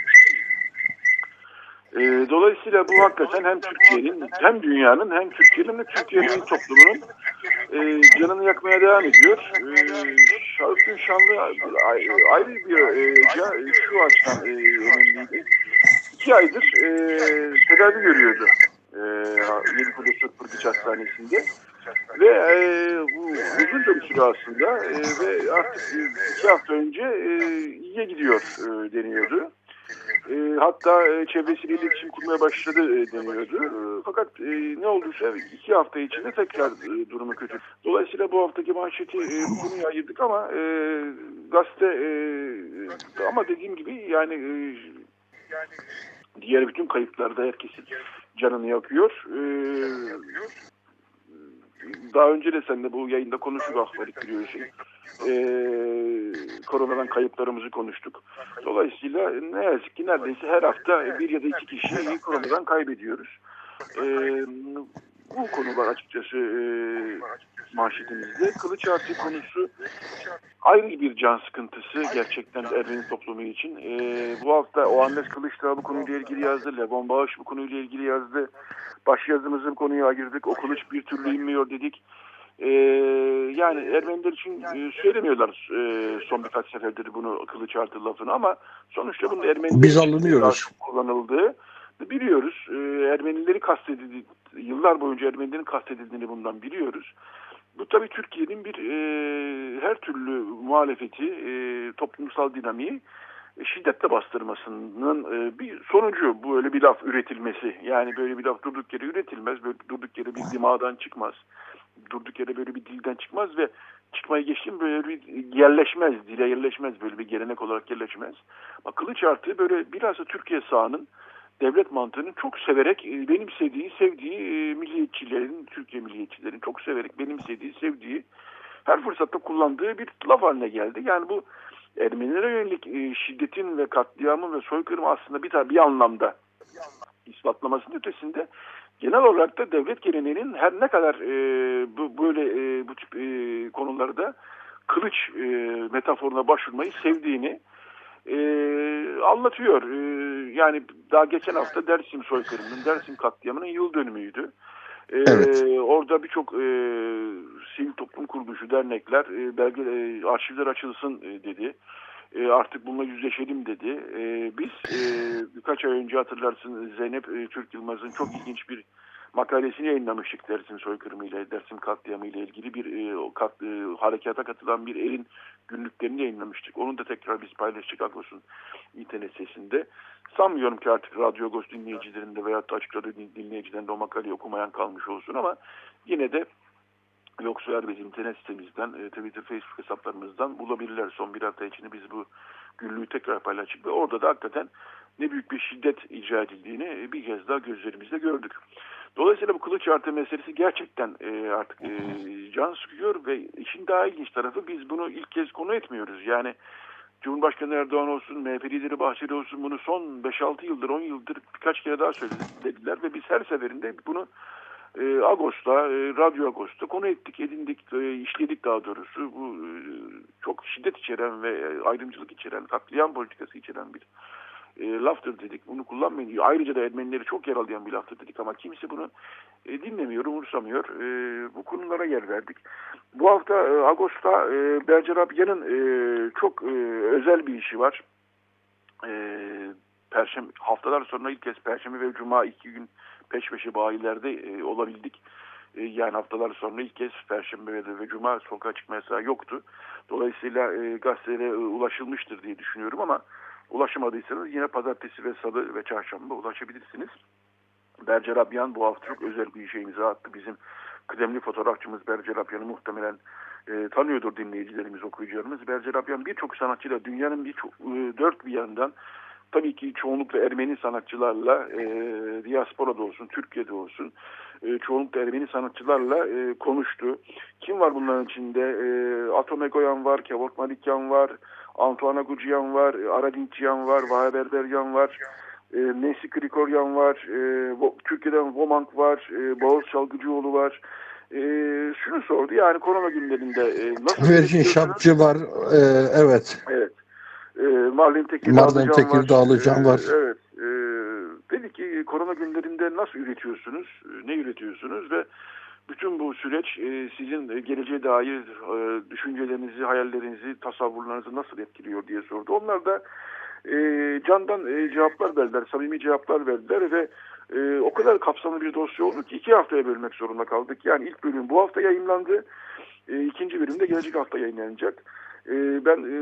E, dolayısıyla bu hakikaten hem Türkiye'nin, hem dünyanın, hem Türkiye'nin hem de Türkiye'nin toplumunun e, canını yakmaya devam ediyor. E, Şarkın Şanlı ayrı bir e, şu açıdan e, önemliydi. İki aydır e, tedavi görüyordu e, Yedikule Sökpırgıç Hastanesi'nde ve e, bu uzun da bir süre aslında e, ve artık iki hafta önce e, iyiye gidiyor e, deniyordu. E, hatta e, çevresiyle iletişim kurmaya başladı e, deniyordu. E, fakat e, ne olduysa iki hafta içinde tekrar e, durumu kötü. Dolayısıyla bu haftaki manşeti e, bu konuya ayırdık ama e, gazete e, ama dediğim gibi yani e, diğer bütün kayıplarda herkesin canını yakıyor. E, daha önce de seninle bu yayında konuştuk, ahbarik biliyorsun. Ee, koronadan kayıplarımızı konuştuk. Dolayısıyla ne yazık ki neredeyse her hafta bir ya da iki kişiyi koronadan kaybediyoruz. Ee, bu konu var açıkçası e, manşetimizde. Kılıç artığı konusu ayrı bir can sıkıntısı gerçekten Ermeni toplumu için. Ee, bu hafta Oannes Kılıçdaroğlu bu konuyla ilgili yazdı. Levon Bağış bu konuyla ilgili yazdı. Başyazımızı bu konuya ayırdık. O kılıç bir türlü inmiyor dedik. Ee, yani Ermeniler için e, söylemiyorlar e, son birkaç seferdir bunu kılıç artı lafını ama sonuçta bunun Ermeniler için kullanıldığı biliyoruz. Ee, Ermenileri kastedildi, yıllar boyunca Ermenilerin kastedildiğini bundan biliyoruz. Bu tabii Türkiye'nin bir e, her türlü muhalefeti, e, toplumsal dinamiği e, şiddetle bastırmasının e, bir sonucu. Bu öyle bir laf üretilmesi. Yani böyle bir laf durduk yere üretilmez. Böyle durduk yere bir dimağdan çıkmaz. Durduk yere böyle bir dilden çıkmaz ve çıkmayı geçtim böyle bir yerleşmez. Dile yerleşmez. Böyle bir gelenek olarak yerleşmez. Ama kılıç artığı böyle biraz da Türkiye sağının devlet mantığının çok severek benimsediği, sevdiği milliyetçilerin, Türkiye milliyetçilerin çok severek benimsediği, sevdiği, her fırsatta kullandığı bir laf haline geldi. Yani bu Ermenilere yönelik şiddetin ve katliamın ve soykırımı aslında bir, bir anlamda ispatlamasının ötesinde genel olarak da devlet geleneğinin her ne kadar e, bu, böyle e, bu tip e, konularda kılıç e, metaforuna başvurmayı sevdiğini e, anlatıyor. E, yani daha geçen hafta Dersim soykırımının, Dersim katliamının yıl dönümüydü. E, Evet. Orada birçok e, sivil toplum kuruluşu, dernekler e, belge, e, arşivler açılsın e, dedi. E, artık bununla yüzleşelim dedi. E, biz e, birkaç ay önce hatırlarsın Zeynep e, Türk Yılmaz'ın çok ilginç bir makalesini yayınlamıştık Dersim soykırımıyla, Dersim katliamıyla ilgili bir e, kat, e, harekata katılan bir erin günlüklerini yayınlamıştık. Onu da tekrar biz paylaştık Agos'un internet sitesinde. Sanmıyorum ki artık Radyo Agos dinleyicilerinde veyahut da Açık Radyo dinleyicilerinde o makaleyi okumayan kalmış olsun ama yine de Yoksa eğer biz internet sitemizden, Twitter, Facebook hesaplarımızdan bulabilirler. Son bir hafta içinde biz bu günlüğü tekrar paylaştık ve orada da hakikaten ne büyük bir şiddet icra edildiğini bir kez daha gözlerimizle gördük. Dolayısıyla bu Kılıçdaroğlu meselesi gerçekten artık can sıkıyor ve işin daha ilginç tarafı biz bunu ilk kez konu etmiyoruz. Yani Cumhurbaşkanı Erdoğan olsun, M H P lideri Bahçeli olsun bunu son beş altı yıldır, on yıldır birkaç kere daha söylediler ve biz her seferinde bunu E, Agos'ta, e, Radyo Agos'ta konu ettik, edindik, e, işledik daha doğrusu. Bu e, çok şiddet içeren ve e, ayrımcılık içeren, katliam politikası içeren bir e, laftır dedik. Bunu kullanmayın. Ayrıca da Ermenileri çok yaralayan bir laftır dedik ama kimse bunu e, dinlemiyor, umursamıyor. E, bu konulara yer verdik. Bu hafta e, Agos'ta e, Bercer Abyan'ın e, çok e, özel bir işi var. E, Perşembe, haftalar sonra ilk kez Perşembe ve Cuma iki gün peş peşe bayilerde e, olabildik. E, yani haftalar sonra ilk kez Perşembe ve, ve Cuma sokağa çıkma yasağı yoktu. Dolayısıyla e, gazetelere e, ulaşılmıştır diye düşünüyorum ama ulaşamadıysanız yine Pazartesi ve Salı ve Çarşamba ulaşabilirsiniz. Bercer Abyan bu hafta çok özel bir işe imza attı. Bizim kıdemli fotoğrafçımız Bercer Abyan'ı muhtemelen e, tanıyordur dinleyicilerimiz, okuyucularımız. Bercer Abyan birçok sanatçıyla dünyanın birçok e, dört bir yandan tabii ki çoğunlukla Ermeni sanatçılarla, e, diasporada olsun, Türkiye'de olsun, e, çoğunlukla Ermeni sanatçılarla e, konuştu. Kim var bunların içinde? E, Atom Egoyan var, Kevork Malikyan var, Antoine Agujian var, Aradinçyan var, Vahe Berberyan var, e, Nesi Krikoryan var, e, Türkiye'den Vomank var, e, Boğaz Çalgıcıoğlu var. E, şunu sordu, yani korona günlerinde e, nasıl... Virgin Şapçı var, e, evet. Evet. E, Marlin Tekir Marlin Tekir Dağlıcan var. E, evet. E, dedi ki korona günlerinde nasıl üretiyorsunuz? Ne üretiyorsunuz? Ve bütün bu süreç e, sizin geleceğe dair e, düşüncelerinizi, hayallerinizi, tasavvurlarınızı nasıl etkiliyor diye sordu. Onlar da e, candan e, cevaplar verdiler, samimi cevaplar verdiler ve e, o kadar kapsamlı bir dosya oldu ki iki haftaya bölmek zorunda kaldık. Yani ilk bölüm bu hafta yayınlandı. E, ikinci bölüm de gelecek hafta yayınlanacak. E, ben e,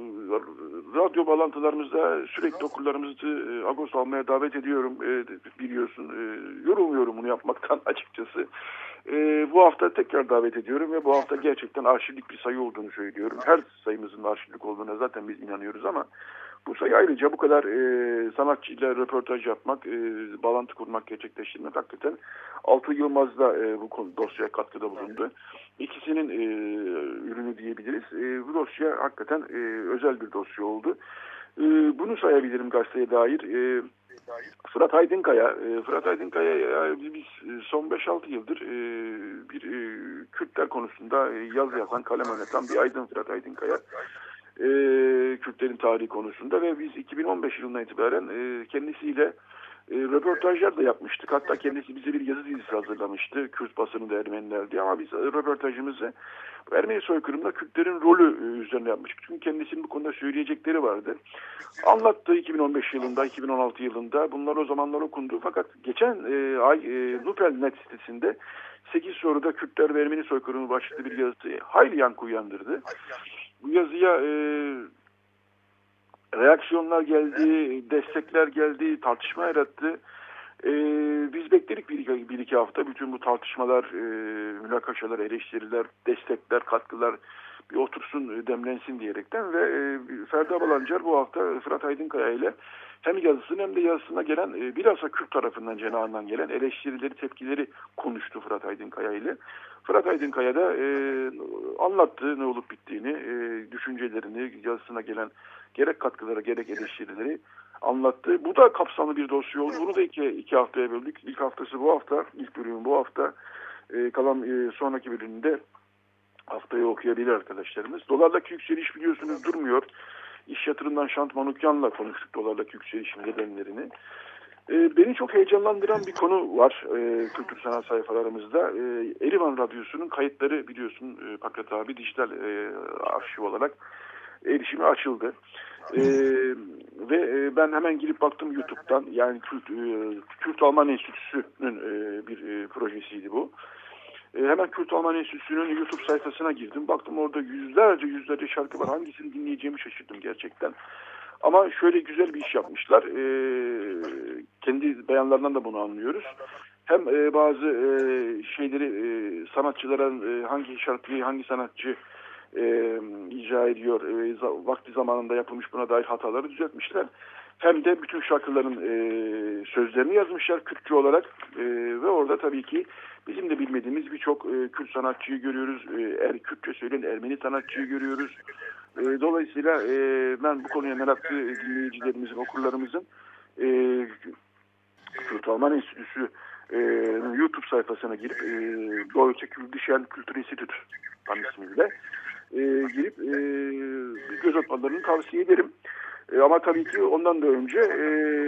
radyo bağlantılarımızda sürekli okurlarımızı e, Agos almaya davet ediyorum. E, biliyorsun. E, yorulmuyorum bunu yapmaktan açıkçası. E, bu hafta tekrar davet ediyorum ve bu hafta gerçekten arşivlik bir sayı olduğunu söylüyorum. Her sayımızın arşivlik olduğuna zaten biz inanıyoruz ama bu sayı ayrıca bu kadar e, sanatçıyla röportaj yapmak, e, bağlantı kurmak, gerçekleştirmek hakikaten Altı Yılmaz da e, bu dosyaya katkıda bulundu. İkisinin e, ürünü diyebiliriz. E, bu dosya hakikaten e, özel bir dosya oldu. E, bunu sayabilirim gazeteye dair. E, Fırat Aydınkaya, e, Fırat Aydınkaya e, biz son beş altı yıldır e, bir e, Kürtler konusunda e, yazı yazan, kalem oynatan bir aydın Fırat Aydınkaya. E, Kürtlerin tarihi konusunda ve biz iki bin on beş yılından itibaren e, kendisiyle e, röportajlar da yapmıştık. Hatta kendisi bize bir yazı dizisi hazırlamıştı. Kürt basınında Ermeniler diye ama biz röportajımızı Ermeni soykırımında Kürtlerin rolü e, üzerine yapmıştık. Çünkü kendisinin bu konuda söyleyecekleri vardı. Anlattı iki bin on beş yılında, iki bin on altı yılında. Bunlar o zamanlar okundu. Fakat geçen e, ay e, Nupel.net sitesinde sekiz soruda Kürtler ve Ermeni soykırımı başlıklı bir yazı hayli yankı uyandırdı. Bu yazıya e, reaksiyonlar geldi, destekler geldi, tartışma yarattı. E, biz bekledik bir, bir iki hafta. Bütün bu tartışmalar, e, münakaşalar, eleştiriler, destekler, katkılar bir otursun, demlensin diyerekten ve e, Ferda Balancar bu hafta Fırat Aydınkaya ile hem yazısını hem de yazısına gelen e, bilhassa Kürt tarafından, cenahından gelen eleştirileri, tepkileri konuştu Fırat Aydınkaya ile. Fırat Aydınkaya da e, anlattı ne olup bittiğini, e, düşüncelerini, yazısına gelen gerek katkıları gerek eleştirileri anlattı. Bu da kapsamlı bir dosya oldu. Bunu da iki, iki haftaya böldük. İlk haftası bu hafta, ilk bölümü bu hafta. E, kalan e, sonraki bölümünde haftaya okuyabilir arkadaşlarımız. Dolardaki yükseliş biliyorsunuz durmuyor. İş yatırımdan Şant Manukyan'la konuştuk dolardaki yükselişin nedenlerini. E, beni çok heyecanlandıran bir konu var e, kültür sanat sayfalarımızda. E, Erivan Radyosu'nun kayıtları biliyorsun e, Pakrat abi dijital e, arşiv olarak erişime açıldı. E, ve e, ben hemen girip baktım YouTube'dan. Yani Kürt, e, Kürt Alman Enstitüsü'nün e, bir e, projesiydi bu. E, hemen Kürt Alman Enstitüsü'nün YouTube sayfasına girdim. Baktım orada yüzlerce yüzlerce şarkı var. Hangisini dinleyeceğimi şaşırdım gerçekten. Ama şöyle güzel bir iş yapmışlar. E, kendi beyanlarından da bunu anlıyoruz. Hem e, bazı e, şeyleri e, sanatçıların e, hangi şarkıyı hangi sanatçı e, icra ediyor, e, vakti zamanında yapılmış buna dair hataları düzeltmişler. Hem de bütün şarkıların e, sözlerini yazmışlar Kürtçe olarak e, ve orada tabii ki bizim de bilmediğimiz birçok e, Kürt sanatçıyı görüyoruz. E, er, Kürtçe söyleyen Ermeni sanatçıyı görüyoruz. E, dolayısıyla e, ben bu konuya meraklı dinleyicilerimizin, okurlarımızın e, Kürt Alman Enstitüsü e, YouTube sayfasına girip e, Deutsche Kürdischen Kulturinstitut ismiyle e, girip e, bir göz atmalarını tavsiye ederim. E, ama tabii ki ondan da önce e,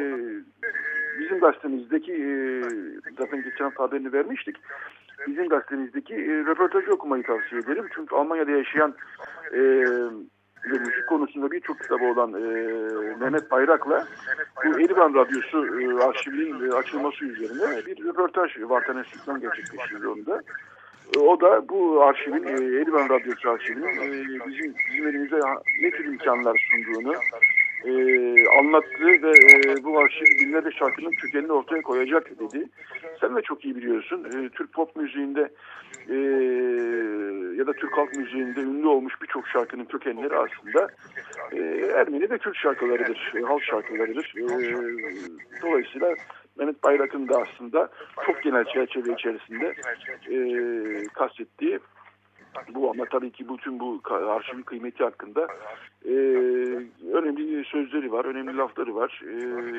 bizim gazetemizdeki e, zaten geçen hafta haberini vermiştik. Bizim gazetemizdeki e, röportajı okumayı tavsiye ederim. Çünkü Almanya'da yaşayan e, ve müzik konusunda birçok kitabı olan e, Mehmet Bayrak'la bu Erivan Radyosu e, arşivinin e, açılması üzerine bir röportaj Vatan Enstitüsü'nden gerçekleştirdi onda. E, o da bu arşivin, e, Erivan Radyosu arşivinin e, bizim, bizim elimize ne tür imkanlar sunduğunu e, anlattı ve e, bu arşiv binlerce şarkının kökenini ortaya koyacak dedi. Sen de çok iyi biliyorsun. E, Türk pop müziğinde e, ya da Türk halk müziğinde ünlü olmuş birçok şarkının kökenleri aslında e, Ermeni ve Kürt şarkılarıdır, e, halk şarkılarıdır. E, dolayısıyla Mehmet Bayrak'ın da aslında çok genel çerçeve içerisinde e, kastettiği bu, ama tabii ki bütün bu arşivin kıymeti hakkında e, önemli sözleri var, önemli lafları var. E,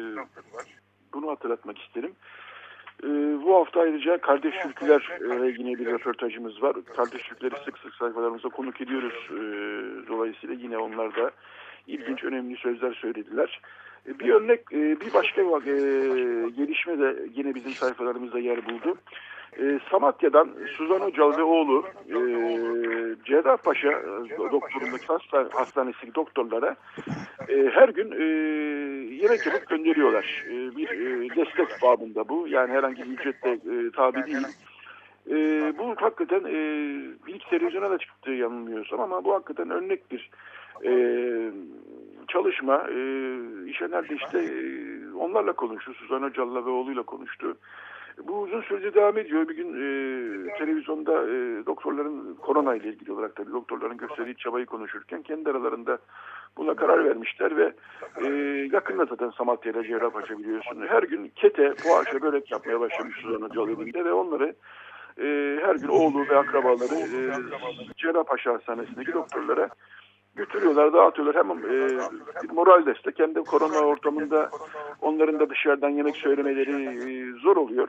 bunu hatırlatmak isterim. E, bu hafta ayrıca Kardeş Türküler e, yine bir röportajımız var. Kardeş Türküleri sık sık sayfalarımızda konuk ediyoruz. E, dolayısıyla yine onlar da ilginç, önemli sözler söylediler. E, bir örnek, e, bir başka e, gelişme de yine bizim sayfalarımızda yer buldu. E, Samatya'dan Suzan Öcal ve oğlu e, Cerrahpaşa e, doktorundaki hasta, hastanesi doktorlara e, her gün e, yemek yapıp gönderiyorlar. E, bir e, destek babında bu. Yani herhangi bir ücretle e, tabi değil. E, bu hakikaten e, ilk televizyona da çıktı yanılmıyorsam, ama bu hakikaten örnek bir e, çalışma. E, işe nerede işte e, onlarla konuştu. Suzan Öcal'la ve oğluyla konuştu. Bu uzun süredir devam ediyor. Bir gün e, televizyonda e, doktorların korona ile ilgili olarak tabii doktorların gösterdiği çabayı konuşurken kendi aralarında buna karar vermişler ve e, yakında zaten Samatya ile Cerrahpaşa biliyorsun. Her gün kete, poğaça, börek yapmaya başlamış Suzan Öcal evinde ve onları e, her gün oğlu ve akrabaları e, Cerrahpaşa Hastanesi'ndeki doktorlara götürüyorlar, dağıtıyorlar. Hem e, moral destek hem de korona ortamında onların da dışarıdan yemek söylemeleri e, zor oluyor.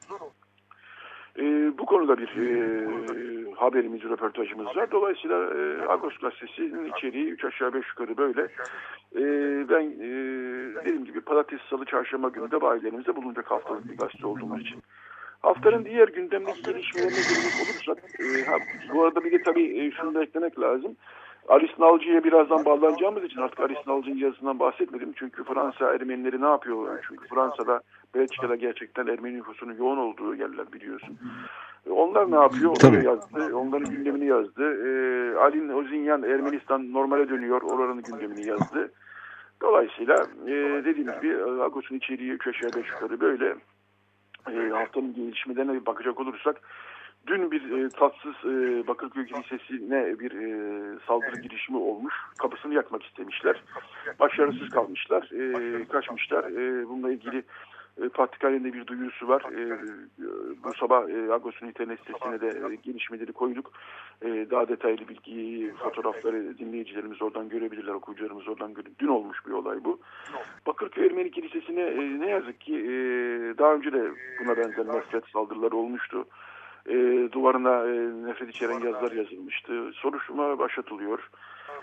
E, bu konuda bir e, haberimiz, röportajımız var. Dolayısıyla e, Agos Gazetesi'nin içeriği üç aşağı beş yukarı böyle. E, ben e, dediğim gibi pazartesi, salı, çarşamba günü de bayilerimizde bulunacak haftalık bir gazete olduğumuz için. Haftanın diğer gündemdeki gelişmelerine gelecek olursak, e, ha, bu arada bir de tabii e, şunu da eklemek lazım. Alice Nalcı'ya birazdan bağlanacağımız için artık Alice Nalcı'nın yazısından bahsetmedim. Çünkü Fransa Ermenileri ne yapıyor? Çünkü Fransa'da, Belçika'da gerçekten Ermeni nüfusunun yoğun olduğu yerler biliyorsun. Onlar ne yapıyor? Onları yazdı. Onların gündemini yazdı. Ee, Alin Ozinyan Ermenistan normale dönüyor. Oranın gündemini yazdı. Dolayısıyla e, dediğim gibi Agos'un içeriği üç aşağı beş yukarı böyle. E, haftanın gelişmelerine bir bakacak olursak, dün bir e, tatsız e, Bakırköy Kilisesi'ne bir e, saldırı girişimi olmuş. Kapısını yakmak istemişler. Başarısız kalmışlar. E, kaçmışlar. E, bununla ilgili e, Patrikhaniye'de bir duyurusu var. E, bu sabah e, Agos'un internet sitesine de e, gelişmeleri koyduk. E, daha detaylı bilgiyi, fotoğrafları dinleyicilerimiz oradan görebilirler. Okuyucularımız oradan görebilirler. Dün olmuş bir olay bu. Bakırköy Ermeni Kilisesi'ne e, ne yazık ki e, daha önce de buna benzer nefret saldırıları olmuştu. E, duvarına e, nefret içeren yazılar yazılmıştı. Soruşturma başlatılıyor.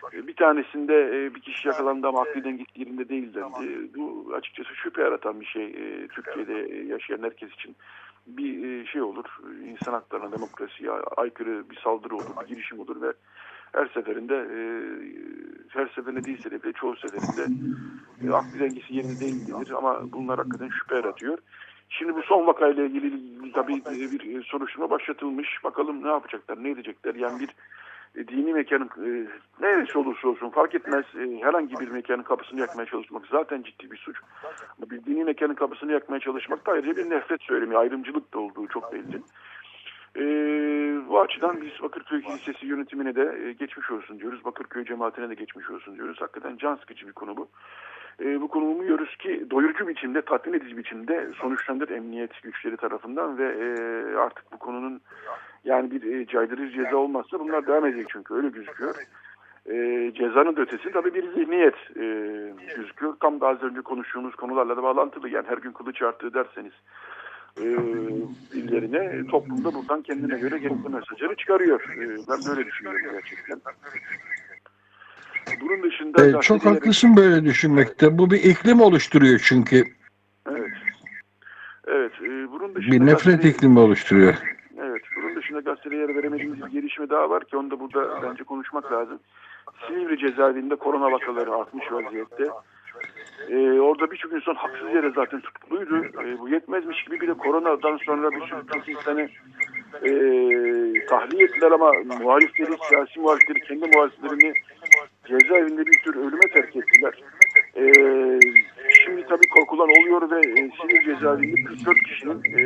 Bir tanesinde bir kişi yakalandı ama akli dengesi yerinde değil dendi. Bu açıkçası şüphe yaratan bir şey. Türkiye'de yaşayan herkes için bir şey olur. İnsan haklarına, demokrasiye aykırı bir saldırı olur, bir girişim olur ve her seferinde, her seferinde değilse de çoğu seferinde akli dengesi yerinde değil denir ama bunlar hakikaten şüphe yaratıyor. Şimdi bu son vakayla ilgili tabii bir soruşturma başlatılmış. Bakalım ne yapacaklar, ne edecekler. Yani bir dini mekanın e, neresi olursa olsun fark etmez. E, herhangi bir mekanın kapısını yakmaya çalışmak zaten ciddi bir suç. Bir dini mekanın kapısını yakmaya çalışmak da ayrıca bir nefret söylemi, ayrımcılık da olduğu çok belli. E, bu açıdan biz Bakırköy Kilisesi yönetimine de e, geçmiş olsun diyoruz. Bakırköy cemaatine de geçmiş olsun diyoruz. Hakikaten can sıkıcı bir konu bu. E, bu konumu umuyoruz ki doyurucu biçimde, tatmin edici biçimde sonuçlanır emniyet güçleri tarafından ve e, artık bu konunun yani bir e, caydırıcı ceza olmazsa bunlar devam edecek çünkü öyle gözüküyor. E, cezanın da ötesi tabii bir zihniyet e, gözüküyor. Tam da az önce konuştuğumuz konularla da bağlantılı. Yani her gün kılıç arttığı derseniz e, birilerine toplumda buradan kendine göre gerekli mesajları çıkarıyor. E, ben böyle düşünüyorum gerçekten. Bunun dışında evet, çok haklısın böyle düşünmekte. Bu bir iklim oluşturuyor çünkü. Evet. Evet. E, bunun dışında bir nefret gazeteye, iklimi oluşturuyor. Evet. Bunun dışında gazeteye yer veremediğimiz bir gelişme daha var ki onu da burada bence konuşmak lazım. Silivri cezaevinde korona vakaları artmış vaziyette. Ee, orada birçok insan haksız yere zaten tutukluydu. Ee, bu yetmezmiş gibi bir de koronadan sonra bir sürü çok insanı e, tahliye ettiler ama muhalifleri, siyasi muhalifleri, kendi muhaliflerini cezaevinde bir tür ölüme terk ettiler. Ee, şimdi tabii korkulan oluyor ve e, Silivri cezaevinde kırk dört kişinin e,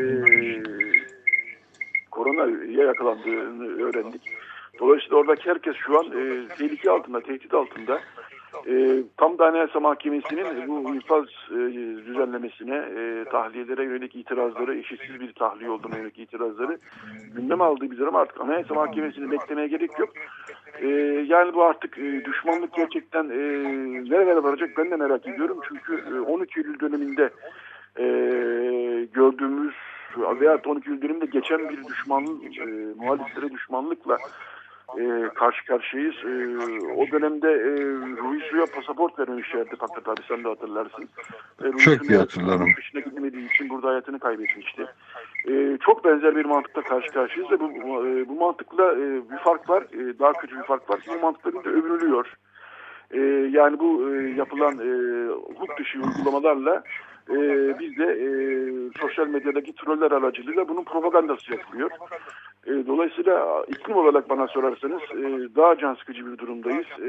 koronaya yakalandığını öğrendik. Dolayısıyla oradaki herkes şu an e, tehlike altında, tehdit altında. E, tam da Anayasa Mahkemesi'nin bu infaz e, düzenlemesine, e, tahliyelere yönelik itirazları, eşitsiz bir tahliye olduğuna yönelik itirazları gündeme aldığı bir durum. Artık Anayasa Mahkemesi'ni beklemeye gerek yok. E, yani bu artık e, düşmanlık gerçekten e, nerelere varacak ben de merak ediyorum. Çünkü e, on iki Eylül döneminde e, gördüğümüz veya on iki Eylül döneminde geçen bir düşmanlık, e, muhaliflere düşmanlıkla E, karşı karşıyayız. E, o dönemde e, Ruhi Su'ya pasaport vermemişlerdi Fakat abi sen de hatırlarsın. E, çok iyi hatırlarım. Dışına gitmediği için burada hayatını kaybetmişti. E, çok benzer bir mantıkla karşı karşıyayız ve bu, e, bu mantıkla e, bir fark var. E, daha kötü bir fark var. Bu mantıkların da övünülüyor. E, yani bu e, yapılan e, hukuk dışı uygulamalarla e, biz de e, sosyal medyadaki troller aracılığıyla bunun propagandası yapılıyor. E, dolayısıyla iklim olarak bana sorarsanız e, daha can sıkıcı bir durumdayız. E,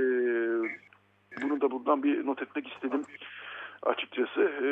bunu da buradan bir not etmek istedim açıkçası. E,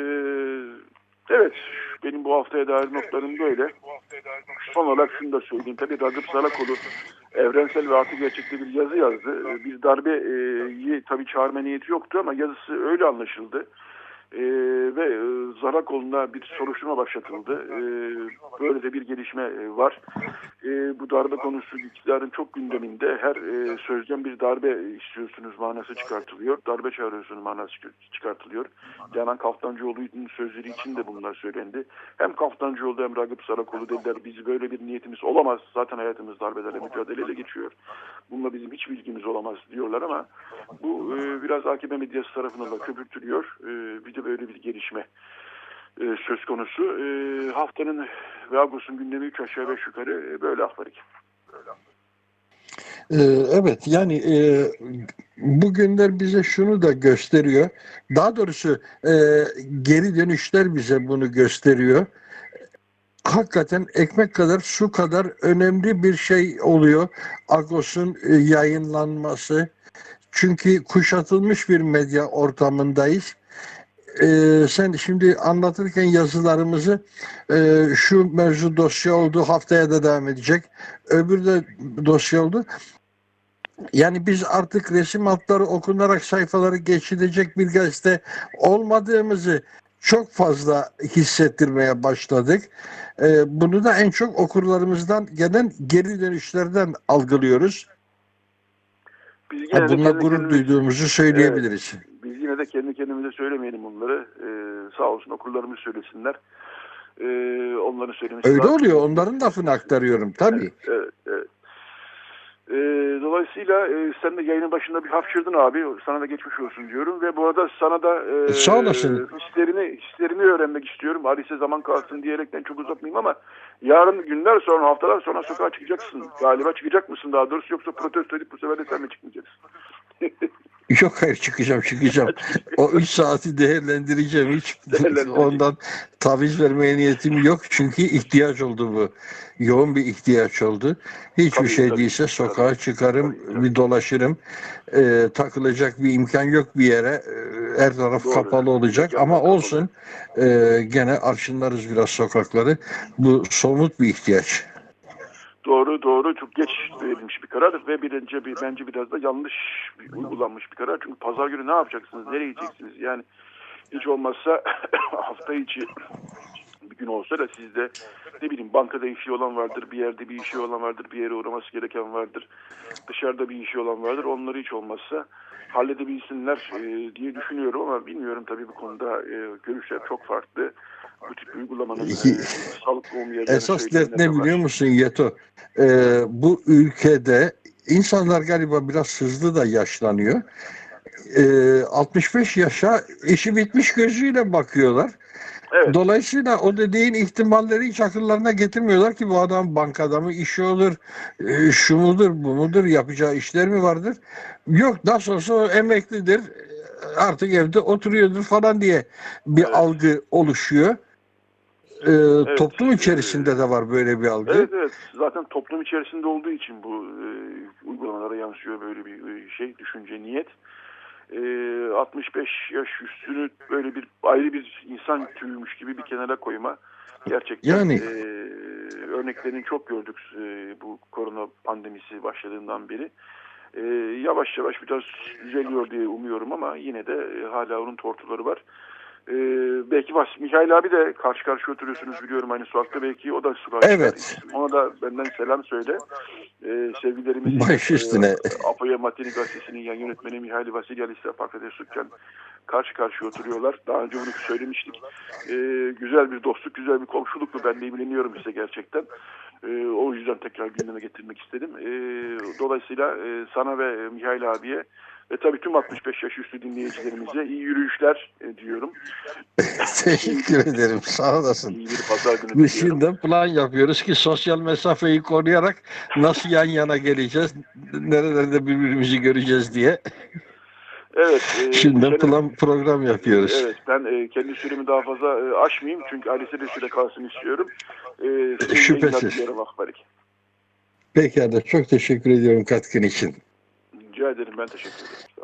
evet, benim bu haftaya dair notlarım böyle. Son olarak şunu da söyleyeyim. Tabii Ragıp Zarakoğlu evrensel ve artı gerçekte bir yazı yazdı. Bir darbeyi tabii çağırma niyeti yoktu ama yazısı öyle anlaşıldı. Ee, ve e, Zarakoğlu'na bir soruşturma başlatıldı. Ee, böyle de bir gelişme e, var. Ee, bu darbe konusu iktidarın çok gündeminde. Her e, sözden bir darbe istiyorsunuz manası çıkartılıyor. Darbe çağırıyorsunuz manası çıkartılıyor. Canan Kaftancıoğlu'nun sözleri için de bunlar söylendi. Hem Kaftancıoğlu hem Ragıp Zarakoğlu dediler biz böyle bir niyetimiz olamaz. Zaten hayatımız darbelerle mücadeleyle geçiyor. Bununla bizim hiç bilgimiz olamaz diyorlar ama bu e, biraz A K P medyası tarafından da köpürtülüyor. E, bir de böyle bir gelişme e, söz konusu. E, haftanın ve Ağustos'un gündemi üç aşağı beş yukarı e, böyle Ahbarik. Ee, evet yani e, bu günler bize şunu da gösteriyor. Daha doğrusu e, geri dönüşler bize bunu gösteriyor. Hakikaten ekmek kadar su kadar önemli bir şey oluyor Agos'un e, yayınlanması. Çünkü kuşatılmış bir medya ortamındayız. Ee, sen şimdi anlatırken yazılarımızı e, şu mevzu dosya oldu, haftaya da devam edecek. Öbürü de dosya oldu. Yani biz artık resim altları okunarak sayfaları geçilecek bir gazete olmadığımızı çok fazla hissettirmeye başladık. Ee, bunu da en çok okurlarımızdan gelen geri dönüşlerden algılıyoruz. Ha, bununla gurur kendimiz, duyduğumuzu söyleyebiliriz. Evet, biz yine de kendi kendimize söylemeyelim bunları. Ee, sağ olsun okurlarımız söylesinler. Ee, onların söylemesi öyle lazım. Oluyor. Onların lafını aktarıyorum tabii. Evet, evet, evet. E, dolayısıyla e, sen de yayının başında bir hapşırdın abi. Sana da geçmiş olsun diyorum. Ve bu arada sana da e, Sağ olasın. hislerini, hislerini öğrenmek istiyorum. Arise zaman kalsın diyerekten çok uzatmayayım ama yarın günler sonra, haftalar sonra sokağa çıkacaksın. Galiba çıkacak mısın daha doğrusu, yoksa protesto edip bu sefer de sen mi çıkmayacaksın? Yok hayır çıkacağım çıkacağım. O üç saati değerlendireceğim. Hiç ondan taviz vermeye niyetim yok. Çünkü ihtiyaç oldu bu. Yoğun bir ihtiyaç oldu. Hiçbir Tabii, şey tabii, değilse sokağa tabii, çıkarım, tabii, tabii. bir dolaşırım. Ee, takılacak bir imkan yok bir yere. Ee, her taraf Doğru. kapalı olacak. Mekanlar Ama kapalı. olsun. Ee, gene arşınlarız biraz sokakları. Bu somut bir ihtiyaç. Doğru doğru, çok geç verilmiş bir karar ve birinci bir, bence biraz da yanlış bir, uygulanmış bir karar. Çünkü pazar günü ne yapacaksınız? Nereye gideceksiniz? Yani hiç olmazsa hafta içi bir gün olsa da sizde ne bileyim bankada işi olan vardır, bir yerde bir işi olan vardır, bir yere uğraması gereken vardır, dışarıda bir işi olan vardır. Onları hiç olmazsa halledebilsinler e, diye düşünüyorum ama bilmiyorum tabii bu konuda e, görüşler çok farklı. Bu tip uygulamanın e, sağlıklı olmayacağını Esas dert ne var. biliyor musun Yeto? Ee, bu ülkede insanlar galiba biraz hızlı da yaşlanıyor. Ee, altmış beş yaşa işi bitmiş gözüyle bakıyorlar. Evet. Dolayısıyla o dediğin ihtimalleri hiç akıllarına getirmiyorlar ki bu adam bankada mı işi olur, e, şu mudur, bu mudur, yapacağı işler mi vardır? Yok, nasıl olsa o emeklidir, artık evde oturuyordur falan diye bir Evet. algı oluşuyor. Ee, Evet. Toplum içerisinde de var böyle bir algı. Evet evet. Zaten toplum içerisinde olduğu için bu e, uygulamalara yansıyor böyle bir şey, düşünce, niyet. E, altmış beş yaş üstünü böyle bir ayrı bir insan türüymüş gibi bir kenara koyma. Gerçekten Yani e, örneklerini çok gördük e, bu korona pandemisi başladığından beri. E, yavaş yavaş biraz düzeliyor diye umuyorum ama yine de e, hala onun tortuları var. Ee, belki var. Mihail abi de karşı karşıya oturuyorsunuz biliyorum aynı sokakta. Belki o da sokağa evet. çıkar. Ona da benden selam söyle. Ee, sevgilerimizi Baş üstüne. E, Apoya Materi Gazetesi'nin yan yönetmeni Mihail Vasilyalis'le Pakade Sükkan karşı karşıya oturuyorlar. Daha önce bunu söylemiştik. Ee, güzel bir dostluk, güzel bir komşuluklu. Ben de imreniyorum size gerçekten. Ee, o yüzden tekrar gündeme getirmek istedim. Ee, dolayısıyla e, sana ve Mihail abiye ve tabii tüm altmış beş yaş üstü dinleyicilerimize iyi yürüyüşler e, diyorum. Teşekkür ederim. Sağ olasın. İyi bir pazar günü Biz şimdi plan yapıyoruz ki sosyal mesafeyi koruyarak nasıl yan yana geleceğiz, nerelerde birbirimizi göreceğiz diye. Evet. E, Şimdi sene, plan program yapıyoruz. Evet. Ben e, kendi süremi daha fazla e, aşmayayım çünkü ailesi de süre kalsın istiyorum. E, Şüphesiz. Pekala. Çok teşekkür ediyorum katkın için. Rica ederim. Ben teşekkür ederim.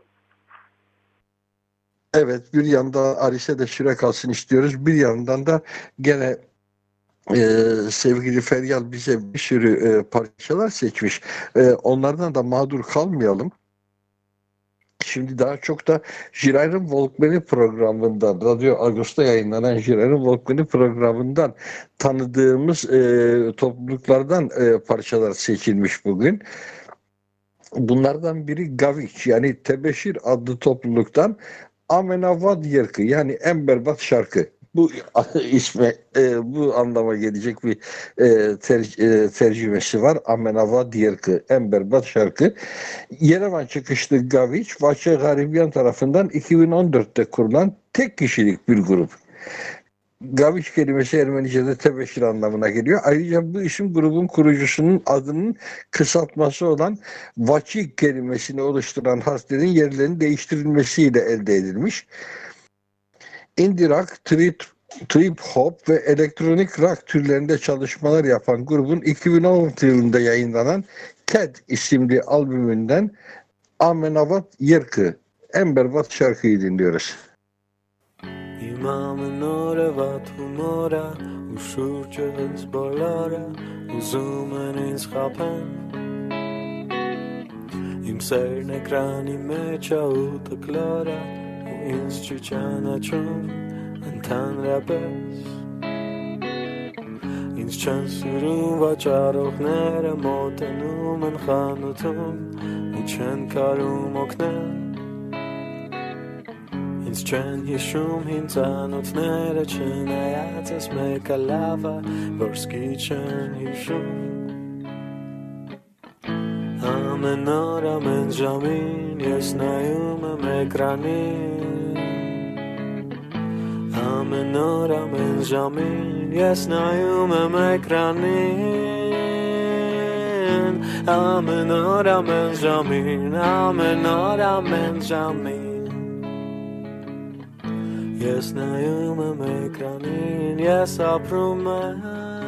Evet, bir yandan Arise de süre kalsın istiyoruz. Bir yandan da gene e, sevgili Feryal bize bir sürü e, parçalar seçmiş. E, onlardan da mağdur kalmayalım. Şimdi daha çok da Jiray'ın Volkman'i programından, Radyo Agos'ta yayınlanan Jiray'ın Volkman'i programından tanıdığımız e, topluluklardan e, parçalar seçilmiş bugün. Bunlardan biri Gaviç, yani Tebeşir adlı topluluktan Amenavad Yerkı, yani en berbat şarkı. Bu isme, e, bu anlama gelecek bir e, ter, e, tercümesi var. Amenavad Yerkı, en berbat şarkı. Yerevan çıkışlı Gaviç, Vaçe Garibiyan tarafından iki bin on dörtte kurulan tek kişilik bir grup. Gaviç kelimesi Ermenice'de tebeşir anlamına geliyor. Ayrıca bu isim grubun kurucusunun adının kısaltması olan Vaçik kelimesini oluşturan harflerin yerlerinin değiştirilmesiyle elde edilmiş. Indie rock, trip, trip hop ve elektronik rock türlerinde çalışmalar yapan grubun iki bin on altı yılında yayınlanan Ted isimli albümünden Amenavad Yerkı, en berbat şarkıyı dinliyoruz. Imam nora vatunora ushurches bolara uzumenis khapan im ser nekrani mecha utaklara ins chichana chum antan rabes ins chansurum vacharoch nera motanum an khanutum uchen karum okna ins chen hishum hinzanot nera chinayatas me kalava vorski chen hishum Amen, amen, jamin, yesnayum mekranin. Amen, amen, jamin, yesnayum mekranin. Amen, amen, jamin, amen, amen, jamin. Yesnayum mekranin, yesaprumen.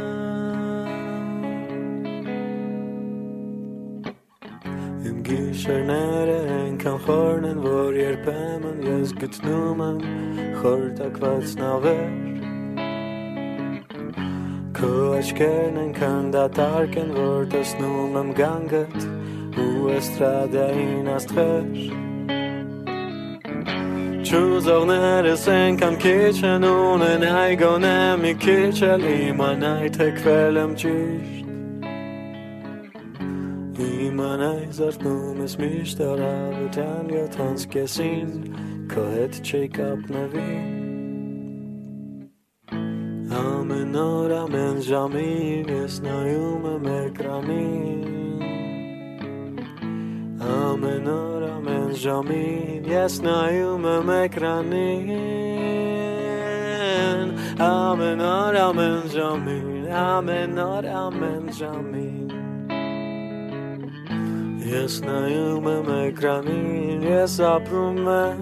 Gishernere kan khornen vor yer pemen yes gutnumen khort akwats naver Koach kernen kan datarken vor das numem ganget u estrada inastrer Chuzornere sen kan kitchen unen eigone mi kitchen i manai tekvelem chish Imanai zartnumes mishtara Vutan yotans kesin Kohet check-up navi Amen or amen jamin Yesnayum mekranin Amen or amen jamin Yesnayum mekranin Amen or amen jamin Amen or amen jamin Yesnayum mekranin, yesaprumen.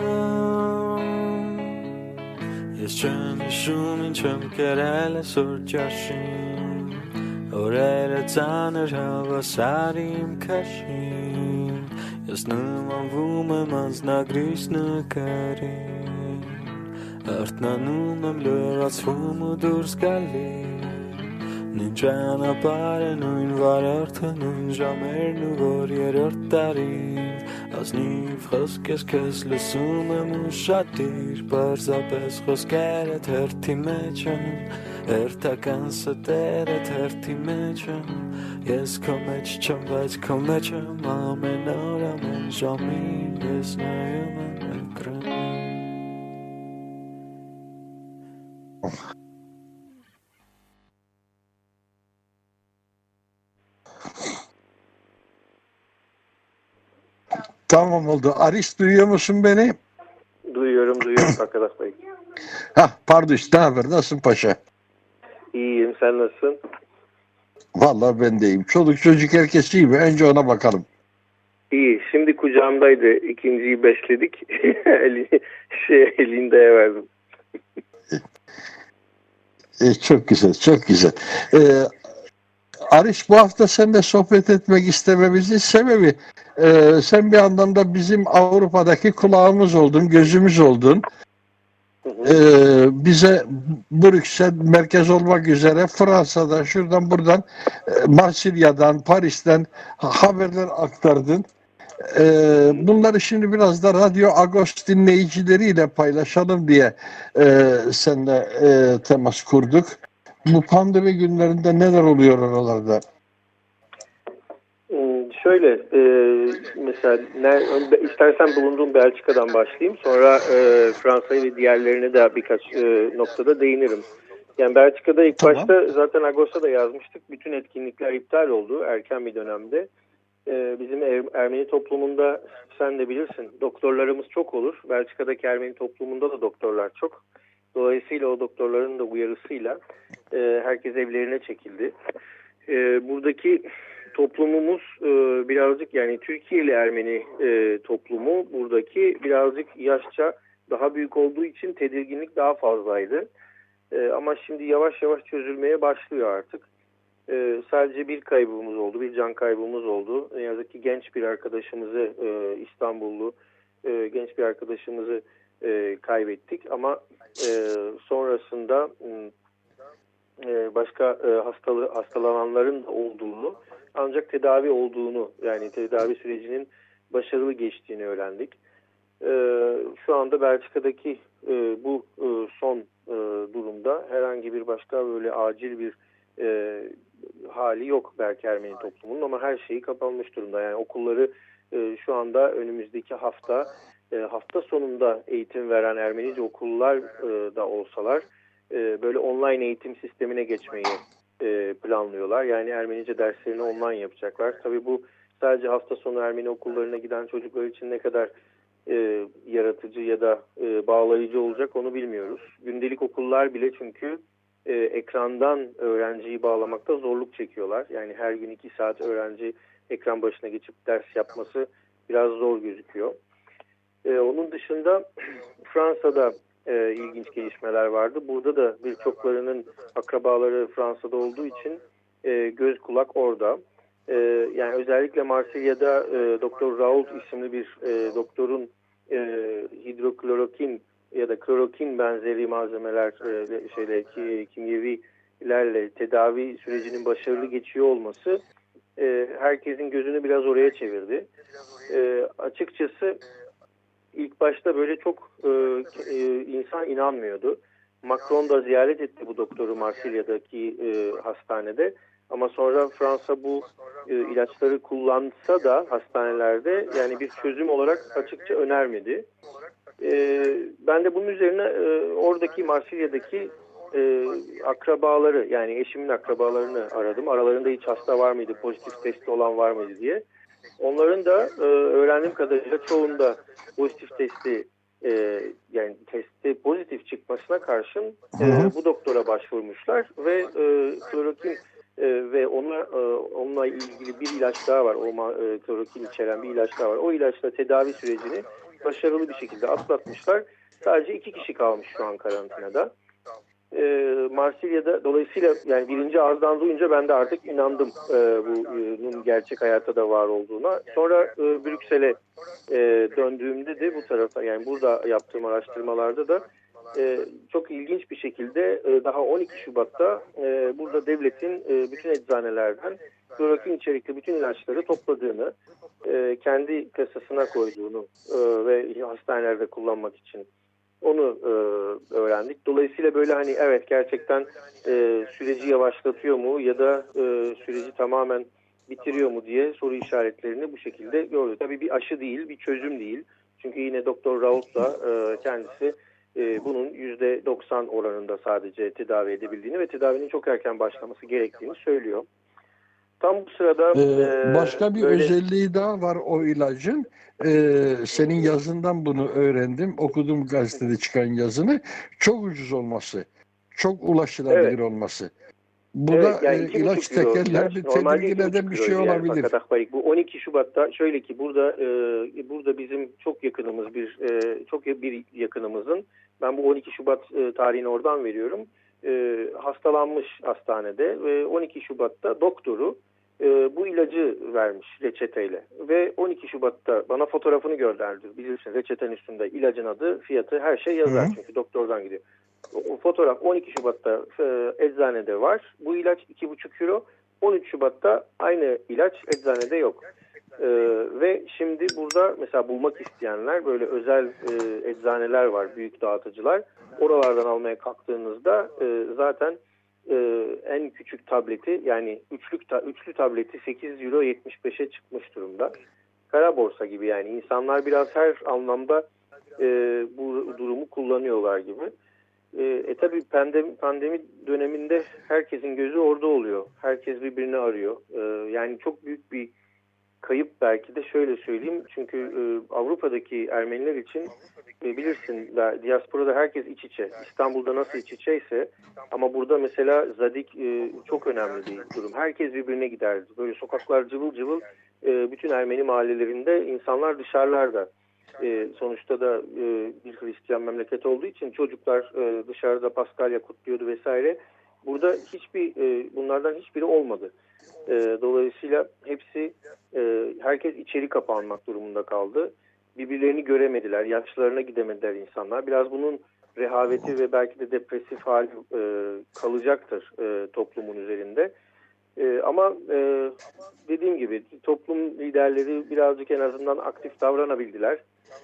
Yeschem shumin chem kerele surjashin. Orele tzaner havasarim kashim. Yesnum avumem az nagrisne karim. Artnanumem levats fumudurskalim. Ninjana pare nuin vararte nuin jamer nu vorjer örtarin As niv choskes kes lesume mushatir Barza pes choskeret herti mechem Erta kanseteret herti mechem Yes komech chem vajt komechem Amen or amen jamin Yes nayemen ekran Tamam oldu. Aris duyuyor musun beni? Duyuyorum, duyuyorum arkadaş bey. Hah, pardon, ne haber? Nasılsın paşa? İyiyim, sen nasılsın? Vallahi ben de iyiyim. Çoluk çocuk herkes iyi mi? Önce ona bakalım. İyi, şimdi kucağımdaydı. İkinciyi besledik. Eli, şey, elindeye verdim. e, çok güzel, çok güzel. Ee, Aris, bu hafta seninle sohbet etmek istememizin sebebi e, sen bir anlamda bizim Avrupa'daki kulağımız oldun, gözümüz oldun. Ee, bize Brüksel merkez olmak üzere Fransa'dan, şuradan buradan, Marsilya'dan, Paris'ten haberler aktardın. Ee, bunları şimdi biraz da Radyo Agos dinleyicileriyle paylaşalım diye e, seninle e, temas kurduk. Bu pandemi günlerinde neler oluyor oralarda? Şöyle, e, mesela ne, istersen bulunduğum Belçika'dan başlayayım. Sonra e, Fransa'yı ve diğerlerine de birkaç e, noktada değinirim. Yani Belçika'da ilk tamam. başta zaten Agos'a da yazmıştık. Bütün etkinlikler iptal oldu erken bir dönemde. E, bizim er, Ermeni toplumunda sen de bilirsin doktorlarımız çok olur. Belçika'daki Ermeni toplumunda da doktorlar çok. Dolayısıyla o doktorların da uyarısıyla e, herkes evlerine çekildi. E, buradaki toplumumuz e, birazcık yani Türkiye'li Ermeni e, toplumu buradaki birazcık yaşça daha büyük olduğu için tedirginlik daha fazlaydı. E, ama şimdi yavaş yavaş çözülmeye başlıyor artık. E, sadece bir kaybımız oldu, bir can kaybımız oldu. Ne yazık ki genç bir arkadaşımızı e, İstanbullu e, genç bir arkadaşımızı e, kaybettik. Ama e, sonrasında e, başka e, hastalı, hastalananların da olduğunu ancak tedavi olduğunu yani tedavi sürecinin başarılı geçtiğini öğrendik. Ee, şu anda Belçika'daki e, bu e, son e, durumda herhangi bir başka böyle acil bir e, hali yok belki Ermeni toplumunun ama her şeyi kapanmış durumda. Yani okulları e, şu anda önümüzdeki hafta e, hafta sonunda eğitim veren Ermenice okullar e, da olsalar e, böyle online eğitim sistemine geçmeyi planlıyorlar. Yani Ermenice derslerini online yapacaklar. Tabii bu sadece hafta sonu Ermeni okullarına giden çocuklar için ne kadar e, yaratıcı ya da e, bağlayıcı olacak onu bilmiyoruz. Gündelik okullar bile çünkü e, ekrandan öğrenciyi bağlamakta zorluk çekiyorlar. Yani her gün iki saat öğrenci ekran başına geçip ders yapması biraz zor gözüküyor. E, onun dışında Fransa'da e, ilginç gelişmeler vardı. Burada da birçoklarının akrabaları Fransa'da olduğu için e, göz kulak orada. E, yani özellikle Marsilya'da e, Doktor Raoult isimli bir e, doktorun e, hidroklorokin ya da klorokin benzeri malzemeler e, şeyle ki, kimyevilerle tedavi sürecinin başarılı geçiyor olması e, herkesin gözünü biraz oraya çevirdi. E, açıkçası ilk başta böyle çok e, e, insan inanmıyordu. Macron da ziyaret etti bu doktoru Marsilya'daki e, hastanede. Ama sonra Fransa bu e, ilaçları kullansa da hastanelerde yani bir çözüm olarak açıkça önermedi. E, ben de bunun üzerine e, oradaki Marsilya'daki e, akrabaları yani eşimin akrabalarını aradım. Aralarında hiç hasta var mıydı, pozitif testi olan var mıydı diye. Onların da e, öğrendiğim kadarıyla çoğunda pozitif testi e, yani testi pozitif çıkmasına karşın e, bu doktora başvurmuşlar ve e, klorokin e, ve ona e, onunla ilgili bir ilaç daha var. O e, klorokin içeren bir ilaç daha var. O ilaçla tedavi sürecini başarılı bir şekilde atlatmışlar. Sadece iki kişi kalmış şu an karantinada. E, Marsilya'da dolayısıyla yani birinci ağızdan duyunca ben de artık inandım e, bunun gerçek hayatta da var olduğuna. Sonra e, Brüksel'e e, döndüğümde de bu tarafa yani burada yaptığım araştırmalarda da e, çok ilginç bir şekilde e, daha on iki Şubat'ta e, burada devletin e, bütün eczanelerden klorokin içerikli bütün ilaçları topladığını, e, kendi kasasına koyduğunu e, ve hastanelerde kullanmak için onu e, öğrendik. Dolayısıyla böyle hani evet gerçekten e, süreci yavaşlatıyor mu ya da e, süreci tamamen bitiriyor mu diye soru işaretlerini bu şekilde gördük. Tabii bir aşı değil, bir çözüm değil. Çünkü yine Doktor Raoult'la e, kendisi e, bunun yüzde doksan oranında sadece tedavi edebildiğini ve tedavinin çok erken başlaması gerektiğini söylüyor. Tam bu sırada ee, e, başka bir böyle... özelliği daha var o ilacın. Ee, senin yazından bunu öğrendim. Okudum gazetede çıkan yazını. Çok ucuz olması. Çok ulaşılabilir evet. olması. Bu evet, da yani e, ilaç tekerlerini tedirgin eden bir şey yani olabilir. Fakat bu on iki Şubat'ta şöyle ki burada e, burada bizim çok yakınımız bir e, çok bir yakınımızın ben bu on iki Şubat e, tarihini oradan veriyorum. E, hastalanmış hastanede ve on iki Şubat'ta doktoru e, bu ilacı vermiş reçeteyle ve on iki Şubat'ta bana fotoğrafını gönderdi. Bilirsin reçetenin üstünde ilacın adı, fiyatı her şey yazar. Hı-hı. Çünkü doktordan gidiyor. O fotoğraf on iki Şubat'ta e, eczanede var. Bu ilaç iki buçuk euro. on üç Şubat'ta aynı ilaç eczanede yok. E, ve şimdi burada mesela bulmak isteyenler böyle özel e, eczaneler var, büyük dağıtıcılar. Oralardan almaya kalktığınızda e, zaten e, en küçük tableti yani üçlük ta, üçlü tableti sekiz euro yetmiş beşe çıkmış durumda. Kara borsa gibi yani insanlar biraz her anlamda e, bu durumu kullanıyorlar gibi. E, e tabii pandemi, pandemi döneminde herkesin gözü orada oluyor. Herkes birbirini arıyor. E, yani çok büyük bir kayıp belki de şöyle söyleyeyim. Çünkü e, Avrupa'daki Ermeniler için e, bilirsin da, diasporada herkes iç içe. İstanbul'da nasıl iç içeyse ama burada mesela Zadik e, çok önemli bir durum. Herkes birbirine giderdi. Böyle sokaklar cıvıl cıvıl e, bütün Ermeni mahallelerinde insanlar dışarılarda. E, sonuçta da e, bir Hristiyan memleket olduğu için çocuklar e, dışarıda Paskalya kutluyordu vesaire. Burada hiçbir e, bunlardan hiçbiri olmadı. E, dolayısıyla hepsi e, herkes içeri kapanmak durumunda kaldı. Birbirlerini göremediler, yaşlarına gidemediler insanlar. Biraz bunun rehaveti ve belki de depresif hali e, kalacaktır e, toplumun üzerinde. E, ama e, dediğim gibi toplum liderleri birazcık en azından aktif davranabildiler.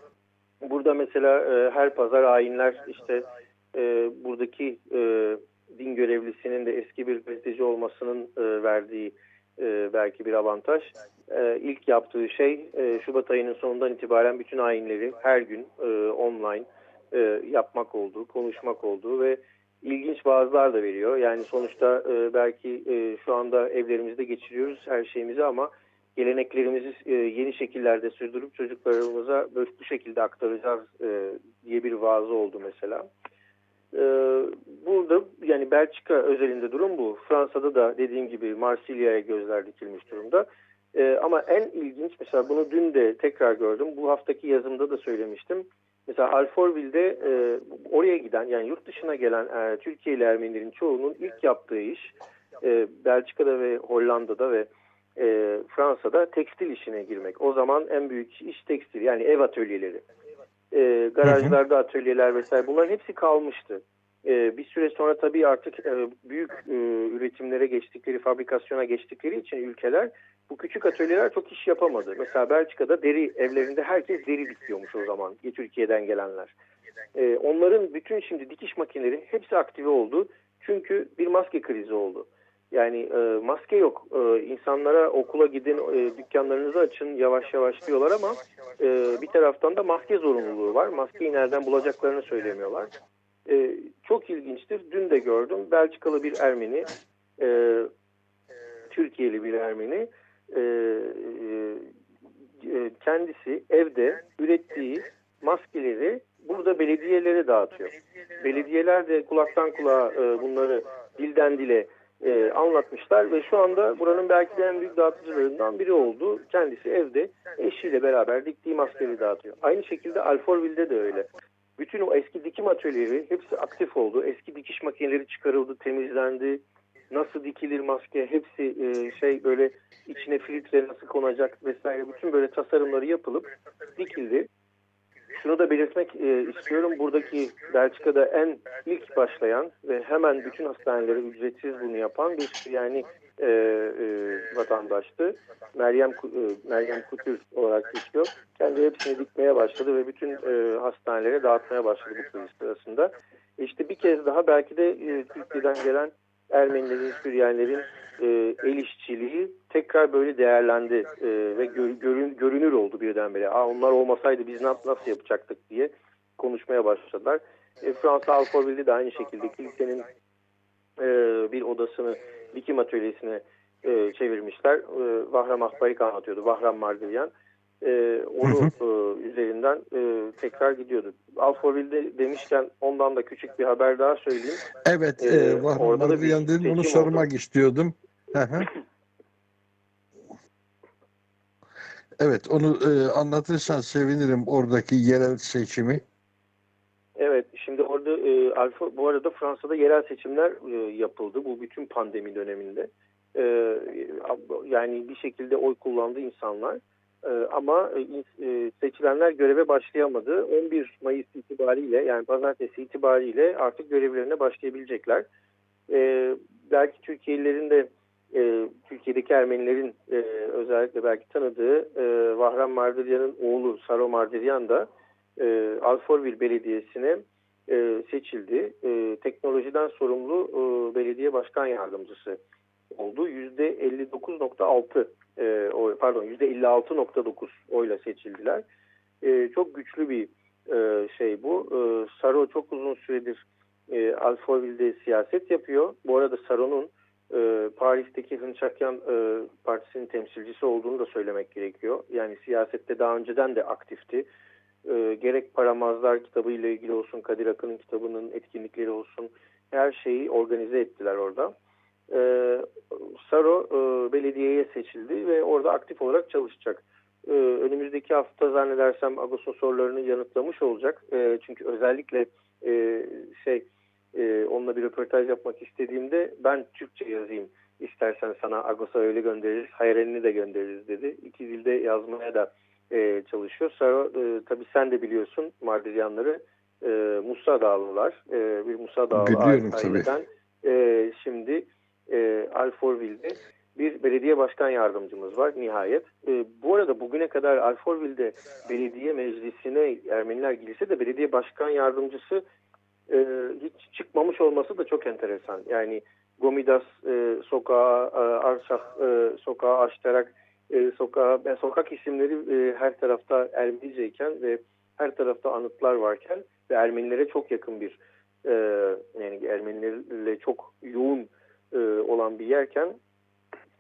Burada mesela e, her pazar ayinler işte e, buradaki e, din görevlisinin de eski bir gazeteci olmasının e, verdiği e, belki bir avantaj. E, ilk yaptığı şey e, Şubat ayının sonundan itibaren bütün ayinleri her gün e, online e, yapmak olduğu, konuşmak olduğu ve ilginç vaazlar da veriyor. Yani sonuçta e, belki e, şu anda evlerimizde geçiriyoruz her şeyimizi ama geleneklerimizi e, yeni şekillerde sürdürüp çocuklarımıza böyle bu şekilde aktaracağız e, diye bir vaazı oldu mesela. E, burada yani Belçika özelinde durum bu. Fransa'da da dediğim gibi Marsilya'ya gözler dikilmiş durumda. E, ama en ilginç mesela bunu dün de tekrar gördüm. Bu haftaki yazımda da söylemiştim. Mesela Alfortville'de e, oraya giden yani yurt dışına gelen e, Türkiye'li Ermenilerin çoğunun ilk yaptığı iş e, Belçika'da ve Hollanda'da ve e, Fransa'da tekstil işine girmek. O zaman en büyük iş tekstil yani ev atölyeleri. E, garajlarda atölyeler vesaire bunların hepsi kalmıştı. E, bir süre sonra tabii artık e, büyük e, üretimlere geçtikleri, fabrikasyona geçtikleri için ülkeler bu küçük atölyeler çok iş yapamadı. Mesela Belçika'da deri evlerinde herkes deri dikiyormuş o zaman Türkiye'den gelenler. E, onların bütün şimdi dikiş makineleri hepsi aktive oldu. Çünkü bir maske krizi oldu. Yani e, maske yok. E, insanlara okula gidin, e, dükkanlarınızı açın yavaş yavaş diyorlar ama e, bir taraftan da maske zorunluluğu var. Maskeyi nereden bulacaklarını söylemiyorlar. E, çok ilginçtir. Dün de gördüm. Belçikalı bir Ermeni, e, Türkiye'li bir Ermeni e, e, kendisi evde ürettiği maskeleri burada belediyelere dağıtıyor. Belediyeler de kulaktan kulağa e, bunları dilden dile e, anlatmışlar ve şu anda buranın belki de en büyük dağıtıcılarından biri oldu. Kendisi evde eşiyle beraber diktiği maskeleri dağıtıyor. Aynı şekilde Alfortville'de de öyle. Bütün o eski dikim atölyeleri hepsi aktif oldu. Eski dikiş makineleri çıkarıldı, temizlendi. Nasıl dikilir maske hepsi e, şey böyle içine filtre nasıl konacak vesaire bütün böyle tasarımları yapılıp dikildi. Şunu da belirtmek e, istiyorum. Buradaki Belçika'da en ilk başlayan ve hemen bütün hastanelere ücretsiz bunu yapan bir yani e, e, vatandaştı. Meryem e, Meryem Kutur olarak geçiyor. Kendi hepsini dikmeye başladı ve bütün e, hastanelere dağıtmaya başladı bu kriz sırasında. E işte bir kez daha belki de e, Türkiye'den gelen Ermenilerin, Süryanilerin e, el işçiliği tekrar böyle değerlendi e, ve gör, görün, görünür oldu birdenbire. Aa, onlar olmasaydı biz nasıl yapacaktık diye konuşmaya başladılar. E, Fransa Alfortville'de de aynı şekilde kilisenin e, bir odasını dikim atölyesine e, çevirmişler. E, Vahram Akbarik anlatıyordu. Vahram Mardiryan. E, onu hı hı. E, üzerinden e, tekrar gidiyordu. Alfortville'de demişken ondan da küçük bir haber daha söyleyeyim. Evet, e, e, Vahram Mardiryan dedim, onu sormak oldu. istiyordum. Hı hı. Evet, onu e, anlatırsan sevinirim oradaki yerel seçimi. Evet, şimdi orada e, Alfa, bu arada Fransa'da yerel seçimler e, yapıldı bu bütün pandemi döneminde. E, yani bir şekilde oy kullandı insanlar. Ee, ama e, seçilenler göreve başlayamadı. on bir Mayıs itibariyle yani pazartesi itibariyle artık görevlerine başlayabilecekler. Ee, belki Türkiye'lilerin de e, Türkiye'deki Ermenilerin e, özellikle belki tanıdığı e, Vahram Mardiryan'ın oğlu Saro Mardiryan da e, Alfortville Belediyesi'ne e, seçildi. E, teknolojiden sorumlu e, belediye başkan yardımcısı oldu. yüzde elli dokuz nokta altı e, oy, pardon yüzde elli altı nokta dokuz oyla seçildiler. E, çok güçlü bir e, şey bu. E, Saro çok uzun süredir e, Alfortville'de siyaset yapıyor. Bu arada Saro'nun e, Paris'teki Hınçakyan e, Partisi'nin temsilcisi olduğunu da söylemek gerekiyor. Yani siyasette daha önceden de aktifti. E, gerek Paramazlar kitabı ile ilgili olsun, Kadir Akın'ın kitabının etkinlikleri olsun her şeyi organize ettiler orada. Ee, Saro e, belediyeye seçildi ve orada aktif olarak çalışacak. Ee, önümüzdeki hafta zannedersem Agos'un sorularını yanıtlamış olacak. Ee, çünkü özellikle e, şey e, onunla bir röportaj yapmak istediğimde ben Türkçe yazayım. İstersen sana Agos'a öyle göndeririz, Hayrenini de göndeririz dedi. İki dilde yazmaya da e, çalışıyor. Saro e, tabii sen de biliyorsun Mardiryanları e, Musa Dağlılar. E, bir Musa Dağlı aileden e, şimdi E, Alfortville'de bir belediye başkan yardımcımız var nihayet. E, bu arada bugüne kadar Alfortville'de belediye meclisine Ermeniler girse de belediye başkan yardımcısı e, hiç çıkmamış olması da çok enteresan. Yani Gomidas e, sokağı, e, Arşak e, sokağı, Aşterak e, sokağı, yani sokak isimleri e, her tarafta Ermeniceyken ve her tarafta anıtlar varken ve Ermenilere çok yakın bir e, yani Ermenilerle çok yoğun olan bir yerken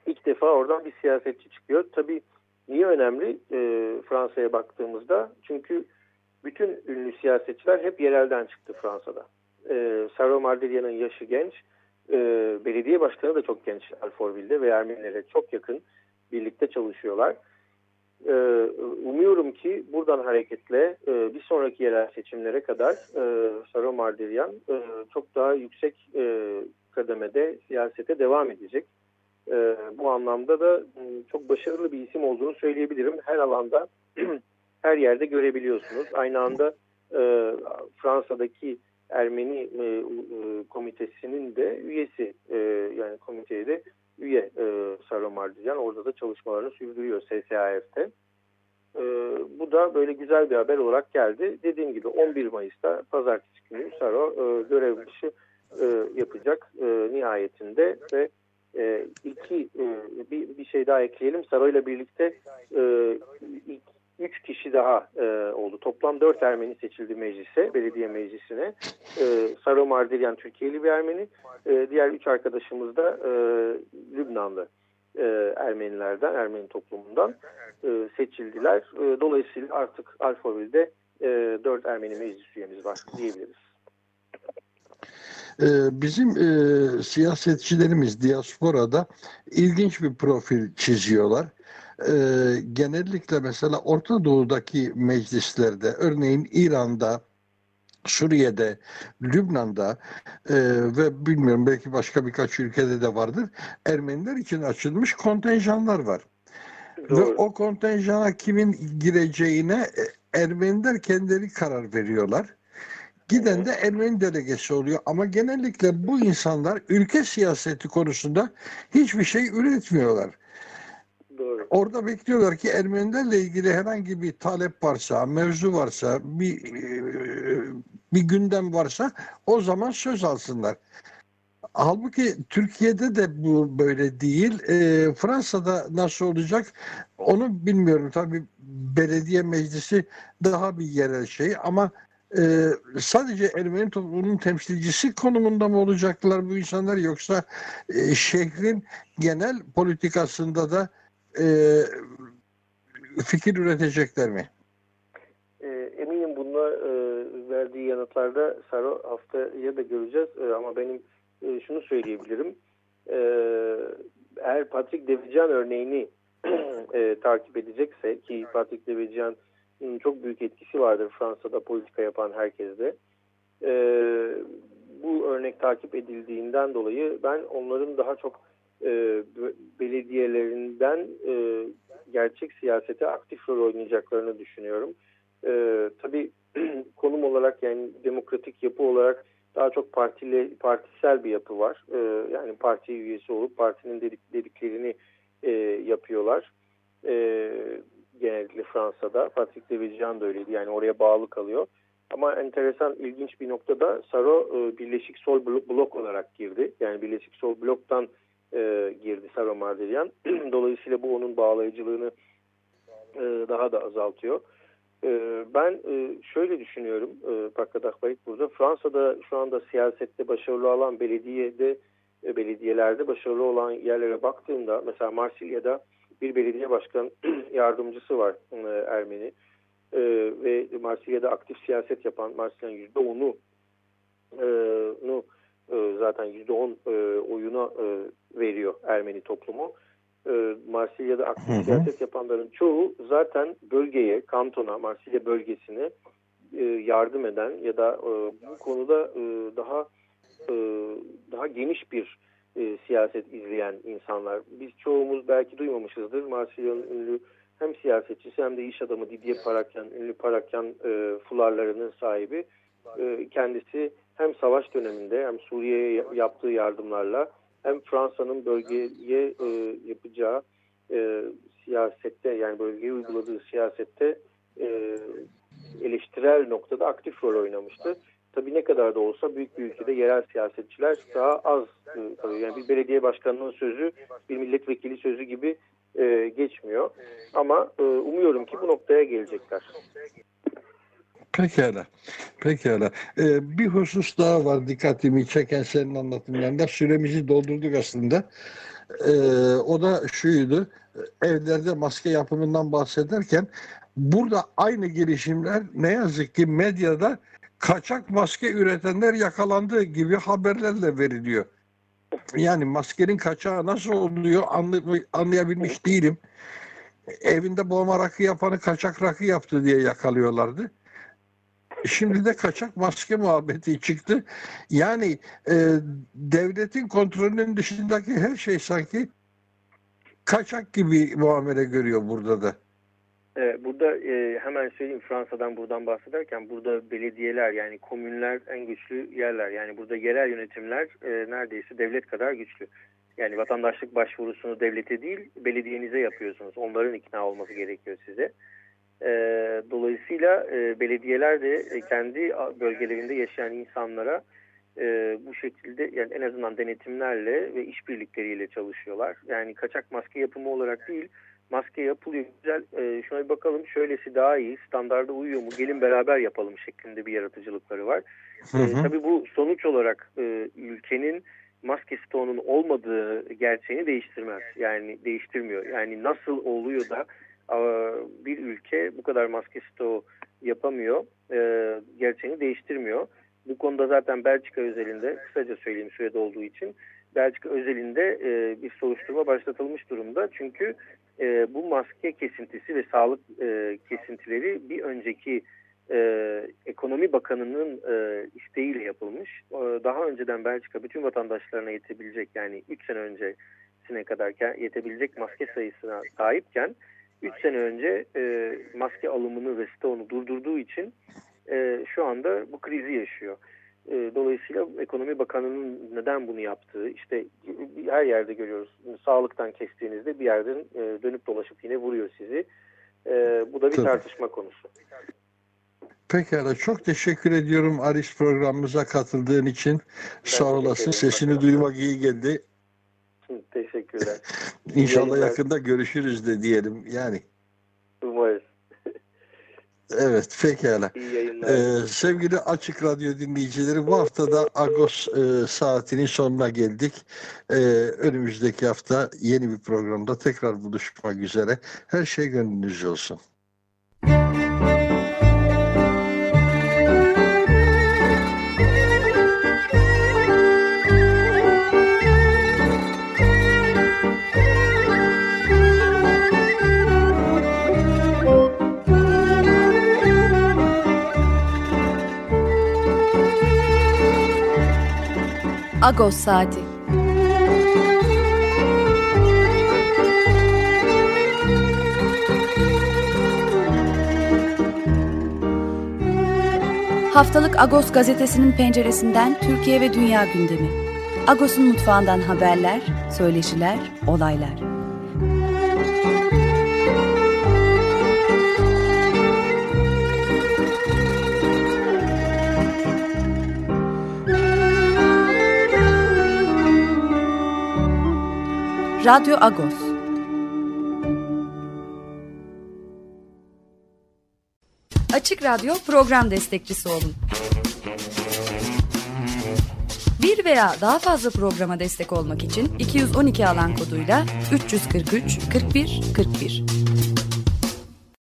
ilk defa oradan bir siyasetçi çıkıyor. Tabii niye önemli e, Fransa'ya baktığımızda? Çünkü bütün ünlü siyasetçiler hep yerelden çıktı Fransa'da. E, Sarro Mardilyan'ın yaşı genç. E, belediye başkanı da çok genç Alfortville'de ve Ermenilere çok yakın, birlikte çalışıyorlar. E, umuyorum ki buradan hareketle e, bir sonraki yerel seçimlere kadar e, Sarro Mardilyan e, çok daha yüksek e, kademede siyasete devam edecek. E, bu anlamda da e, çok başarılı bir isim olduğunu söyleyebilirim. Her alanda, her yerde görebiliyorsunuz. Aynı anda e, Fransa'daki Ermeni e, e, komitesinin de üyesi, e, yani komiteye de üye e, Sarro Mardilyan. Orada da çalışmalarını sürdürüyor S S A F'te. E, bu da böyle güzel bir haber olarak geldi. Dediğim gibi on bir Mayıs'ta pazartesi günü Sarro e, görev dışı e, yapacak e, nihayetinde ve e, iki e, bir, bir şey daha ekleyelim. Sarro ile birlikte e, ilk üç kişi daha e, oldu. Toplam dört Ermeni seçildi meclise, belediye meclisine. E, Sarro Mardilyan Türkiye'li bir Ermeni. E, diğer üç arkadaşımız da e, Lübnanlı e, Ermenilerden, Ermeni toplumundan e, seçildiler. E, dolayısıyla artık Alfortville'de e, dört Ermeni meclis üyemiz var diyebiliriz. Bizim e, siyasetçilerimiz diasporada ilginç bir profil çiziyorlar. E, genellikle mesela Orta Doğu'daki meclislerde, örneğin İran'da, Suriye'de, Lübnan'da e, ve bilmiyorum belki başka birkaç ülkede de vardır, Ermeniler için açılmış kontenjanlar var. Doğru. Ve o kontenjana kimin gireceğine Ermeniler kendileri karar veriyorlar. Giden de Ermeni delegesi oluyor. Ama genellikle bu insanlar ülke siyaseti konusunda hiçbir şey üretmiyorlar. Doğru. Orada bekliyorlar ki Ermenilerle ilgili herhangi bir talep varsa, mevzu varsa, bir bir gündem varsa o zaman söz alsınlar. Halbuki Türkiye'de de bu böyle değil. E, Fransa'da nasıl olacak onu bilmiyorum. Tabii belediye meclisi daha bir yerel şey ama Ee, sadece Ermeni toplumunun temsilcisi konumunda mı olacaklar bu insanlar, yoksa e, şehrin genel politikasında da e, fikir üretecekler mi? E, eminim bununla e, verdiği yanıtlarda Sarro haftaya da göreceğiz e, ama benim e, şunu söyleyebilirim. E, eğer Patrick Devedjian örneğini e, takip edecekse, ki Patrick Devedjian çok büyük etkisi vardır Fransa'da politika yapan herkeste. Ee, bu örnek takip edildiğinden dolayı ben onların daha çok e, belediyelerinden e, gerçek siyasete aktif rol oynayacaklarını düşünüyorum. E, tabii konum olarak, yani demokratik yapı olarak daha çok partili, partisel bir yapı var. E, yani parti üyesi olup partinin dedik, dediklerini e, yapıyorlar. Evet. Genellikle Fransa'da. Patrick Devedjian da öyleydi. Yani oraya bağlı kalıyor. Ama enteresan, ilginç bir noktada Sarro e, Birleşik Sol Blok olarak girdi. Yani Birleşik Sol Blok'tan e, girdi Sarro Mardilyan. Dolayısıyla bu onun bağlayıcılığını e, daha da azaltıyor. E, ben e, şöyle düşünüyorum. E, Pakadakbayık burada. Fransa'da şu anda siyasette başarılı olan belediyede, e, belediyelerde başarılı olan yerlere baktığımda, mesela Marsilya'da bir belediye başkan yardımcısı var e, Ermeni e, ve Marsilya'da aktif siyaset yapan, Marsilya'nın yüzde onu e, zaten yüzde on e, oyuna e, veriyor Ermeni toplumu. E, Marsilya'da aktif hı hı. siyaset yapanların çoğu zaten bölgeye, kantona, Marsilya bölgesine e, yardım eden ya da e, bu konuda e, daha e, daha geniş bir E, siyaset izleyen insanlar. Biz çoğumuz belki duymamışızdır. Marsilya'nın ünlü hem siyasetçisi hem de iş adamı Didier Parakyan, ünlü Parakyan e, fularlarının sahibi. E, kendisi hem savaş döneminde hem Suriye'ye yaptığı yardımlarla hem Fransa'nın bölgeye e, yapacağı e, siyasette, yani bölgeye uyguladığı siyasette e, eleştirel noktada aktif rol oynamıştı. Tabii ne kadar da olsa büyük bir ülkede yerel siyasetçiler daha az kalıyor. Yani bir belediye başkanının sözü bir milletvekili sözü gibi e, geçmiyor. Ama e, umuyorum ki bu noktaya gelecekler. Pekala. Pekala. Ee, bir husus daha var dikkatimi çeken senin anlatımlarında. Süremizi doldurduk aslında. Ee, o da şuydu, evlerde maske yapımından bahsederken burada aynı girişimler ne yazık ki medyada kaçak maske üretenler yakalandığı gibi haberlerle veriliyor. Yani maskenin kaçağı nasıl oluyor anlay- anlayabilmiş değilim. Evinde boğma rakı yapanı kaçak rakı yaptı diye yakalıyorlardı. Şimdi de kaçak maske muhabbeti çıktı. Yani e, devletin kontrolünün dışındaki her şey sanki kaçak gibi muamele görüyor burada da. Evet, burada e, hemen söyleyeyim, Fransa'dan buradan bahsederken burada belediyeler, yani komünler en güçlü yerler. Yani burada yerel yönetimler e, neredeyse devlet kadar güçlü. Yani vatandaşlık başvurusunu devlete değil belediyenize yapıyorsunuz. Onların ikna olması gerekiyor size. E, dolayısıyla e, belediyeler de e, kendi bölgelerinde yaşayan insanlara e, bu şekilde, yani en azından denetimlerle ve işbirlikleriyle çalışıyorlar. Yani kaçak maske yapımı olarak değil, maske yapılıyor, güzel, e, şuna bir bakalım, şöylesi daha iyi, standarda uyuyor mu, gelin beraber yapalım şeklinde bir yaratıcılıkları var. Hı hı. E, tabii bu sonuç olarak e, ülkenin maske stoğunun olmadığı gerçeğini değiştirmez. Yani değiştirmiyor. Yani nasıl oluyor da e, bir ülke bu kadar maske stoğu yapamıyor, e, gerçeğini değiştirmiyor. Bu konuda zaten Belçika özelinde, kısaca söyleyeyim sürede olduğu için, Belçika özelinde e, bir soruşturma başlatılmış durumda. Çünkü e, bu maske kesintisi ve sağlık e, kesintileri bir önceki e, Ekonomi Bakanı'nın e, isteğiyle yapılmış. E, daha önceden Belçika bütün vatandaşlarına yetebilecek, yani üç sene öncesine kadar yetebilecek maske sayısına sahipken üç sene önce e, maske alımını ve stoğunu durdurduğu için e, şu anda bu krizi yaşıyor. Dolayısıyla Ekonomi Bakanı'nın neden bunu yaptığı, işte her yerde görüyoruz. Sağlıktan kestiğinizde bir yerden dönüp dolaşıp yine vuruyor sizi. Bu da bir Tabii. tartışma konusu. Pekala, çok teşekkür ediyorum Aris, programımıza katıldığın için. Ben Sağ olasın. Sesini duymak iyi geldi. Teşekkürler. İnşallah yakında görüşürüz de diyelim yani. Umarız. Evet, pekala. Ee, sevgili Açık Radyo dinleyicileri, bu haftada Agos e, saatinin sonuna geldik. Ee, önümüzdeki hafta yeni bir programda tekrar buluşmak üzere. Her şey gönlünüzce olsun. Agos Saati. Haftalık Agos gazetesinin penceresinden Türkiye ve dünya gündemi. Agos'un mutfağından haberler, söyleşiler, olaylar. Radyo Agos. Açık Radyo program destekçisi olun. Bir veya daha fazla programa destek olmak için iki yüz on iki alan koduyla üç yüz kırk üç kırk bir kırk bir.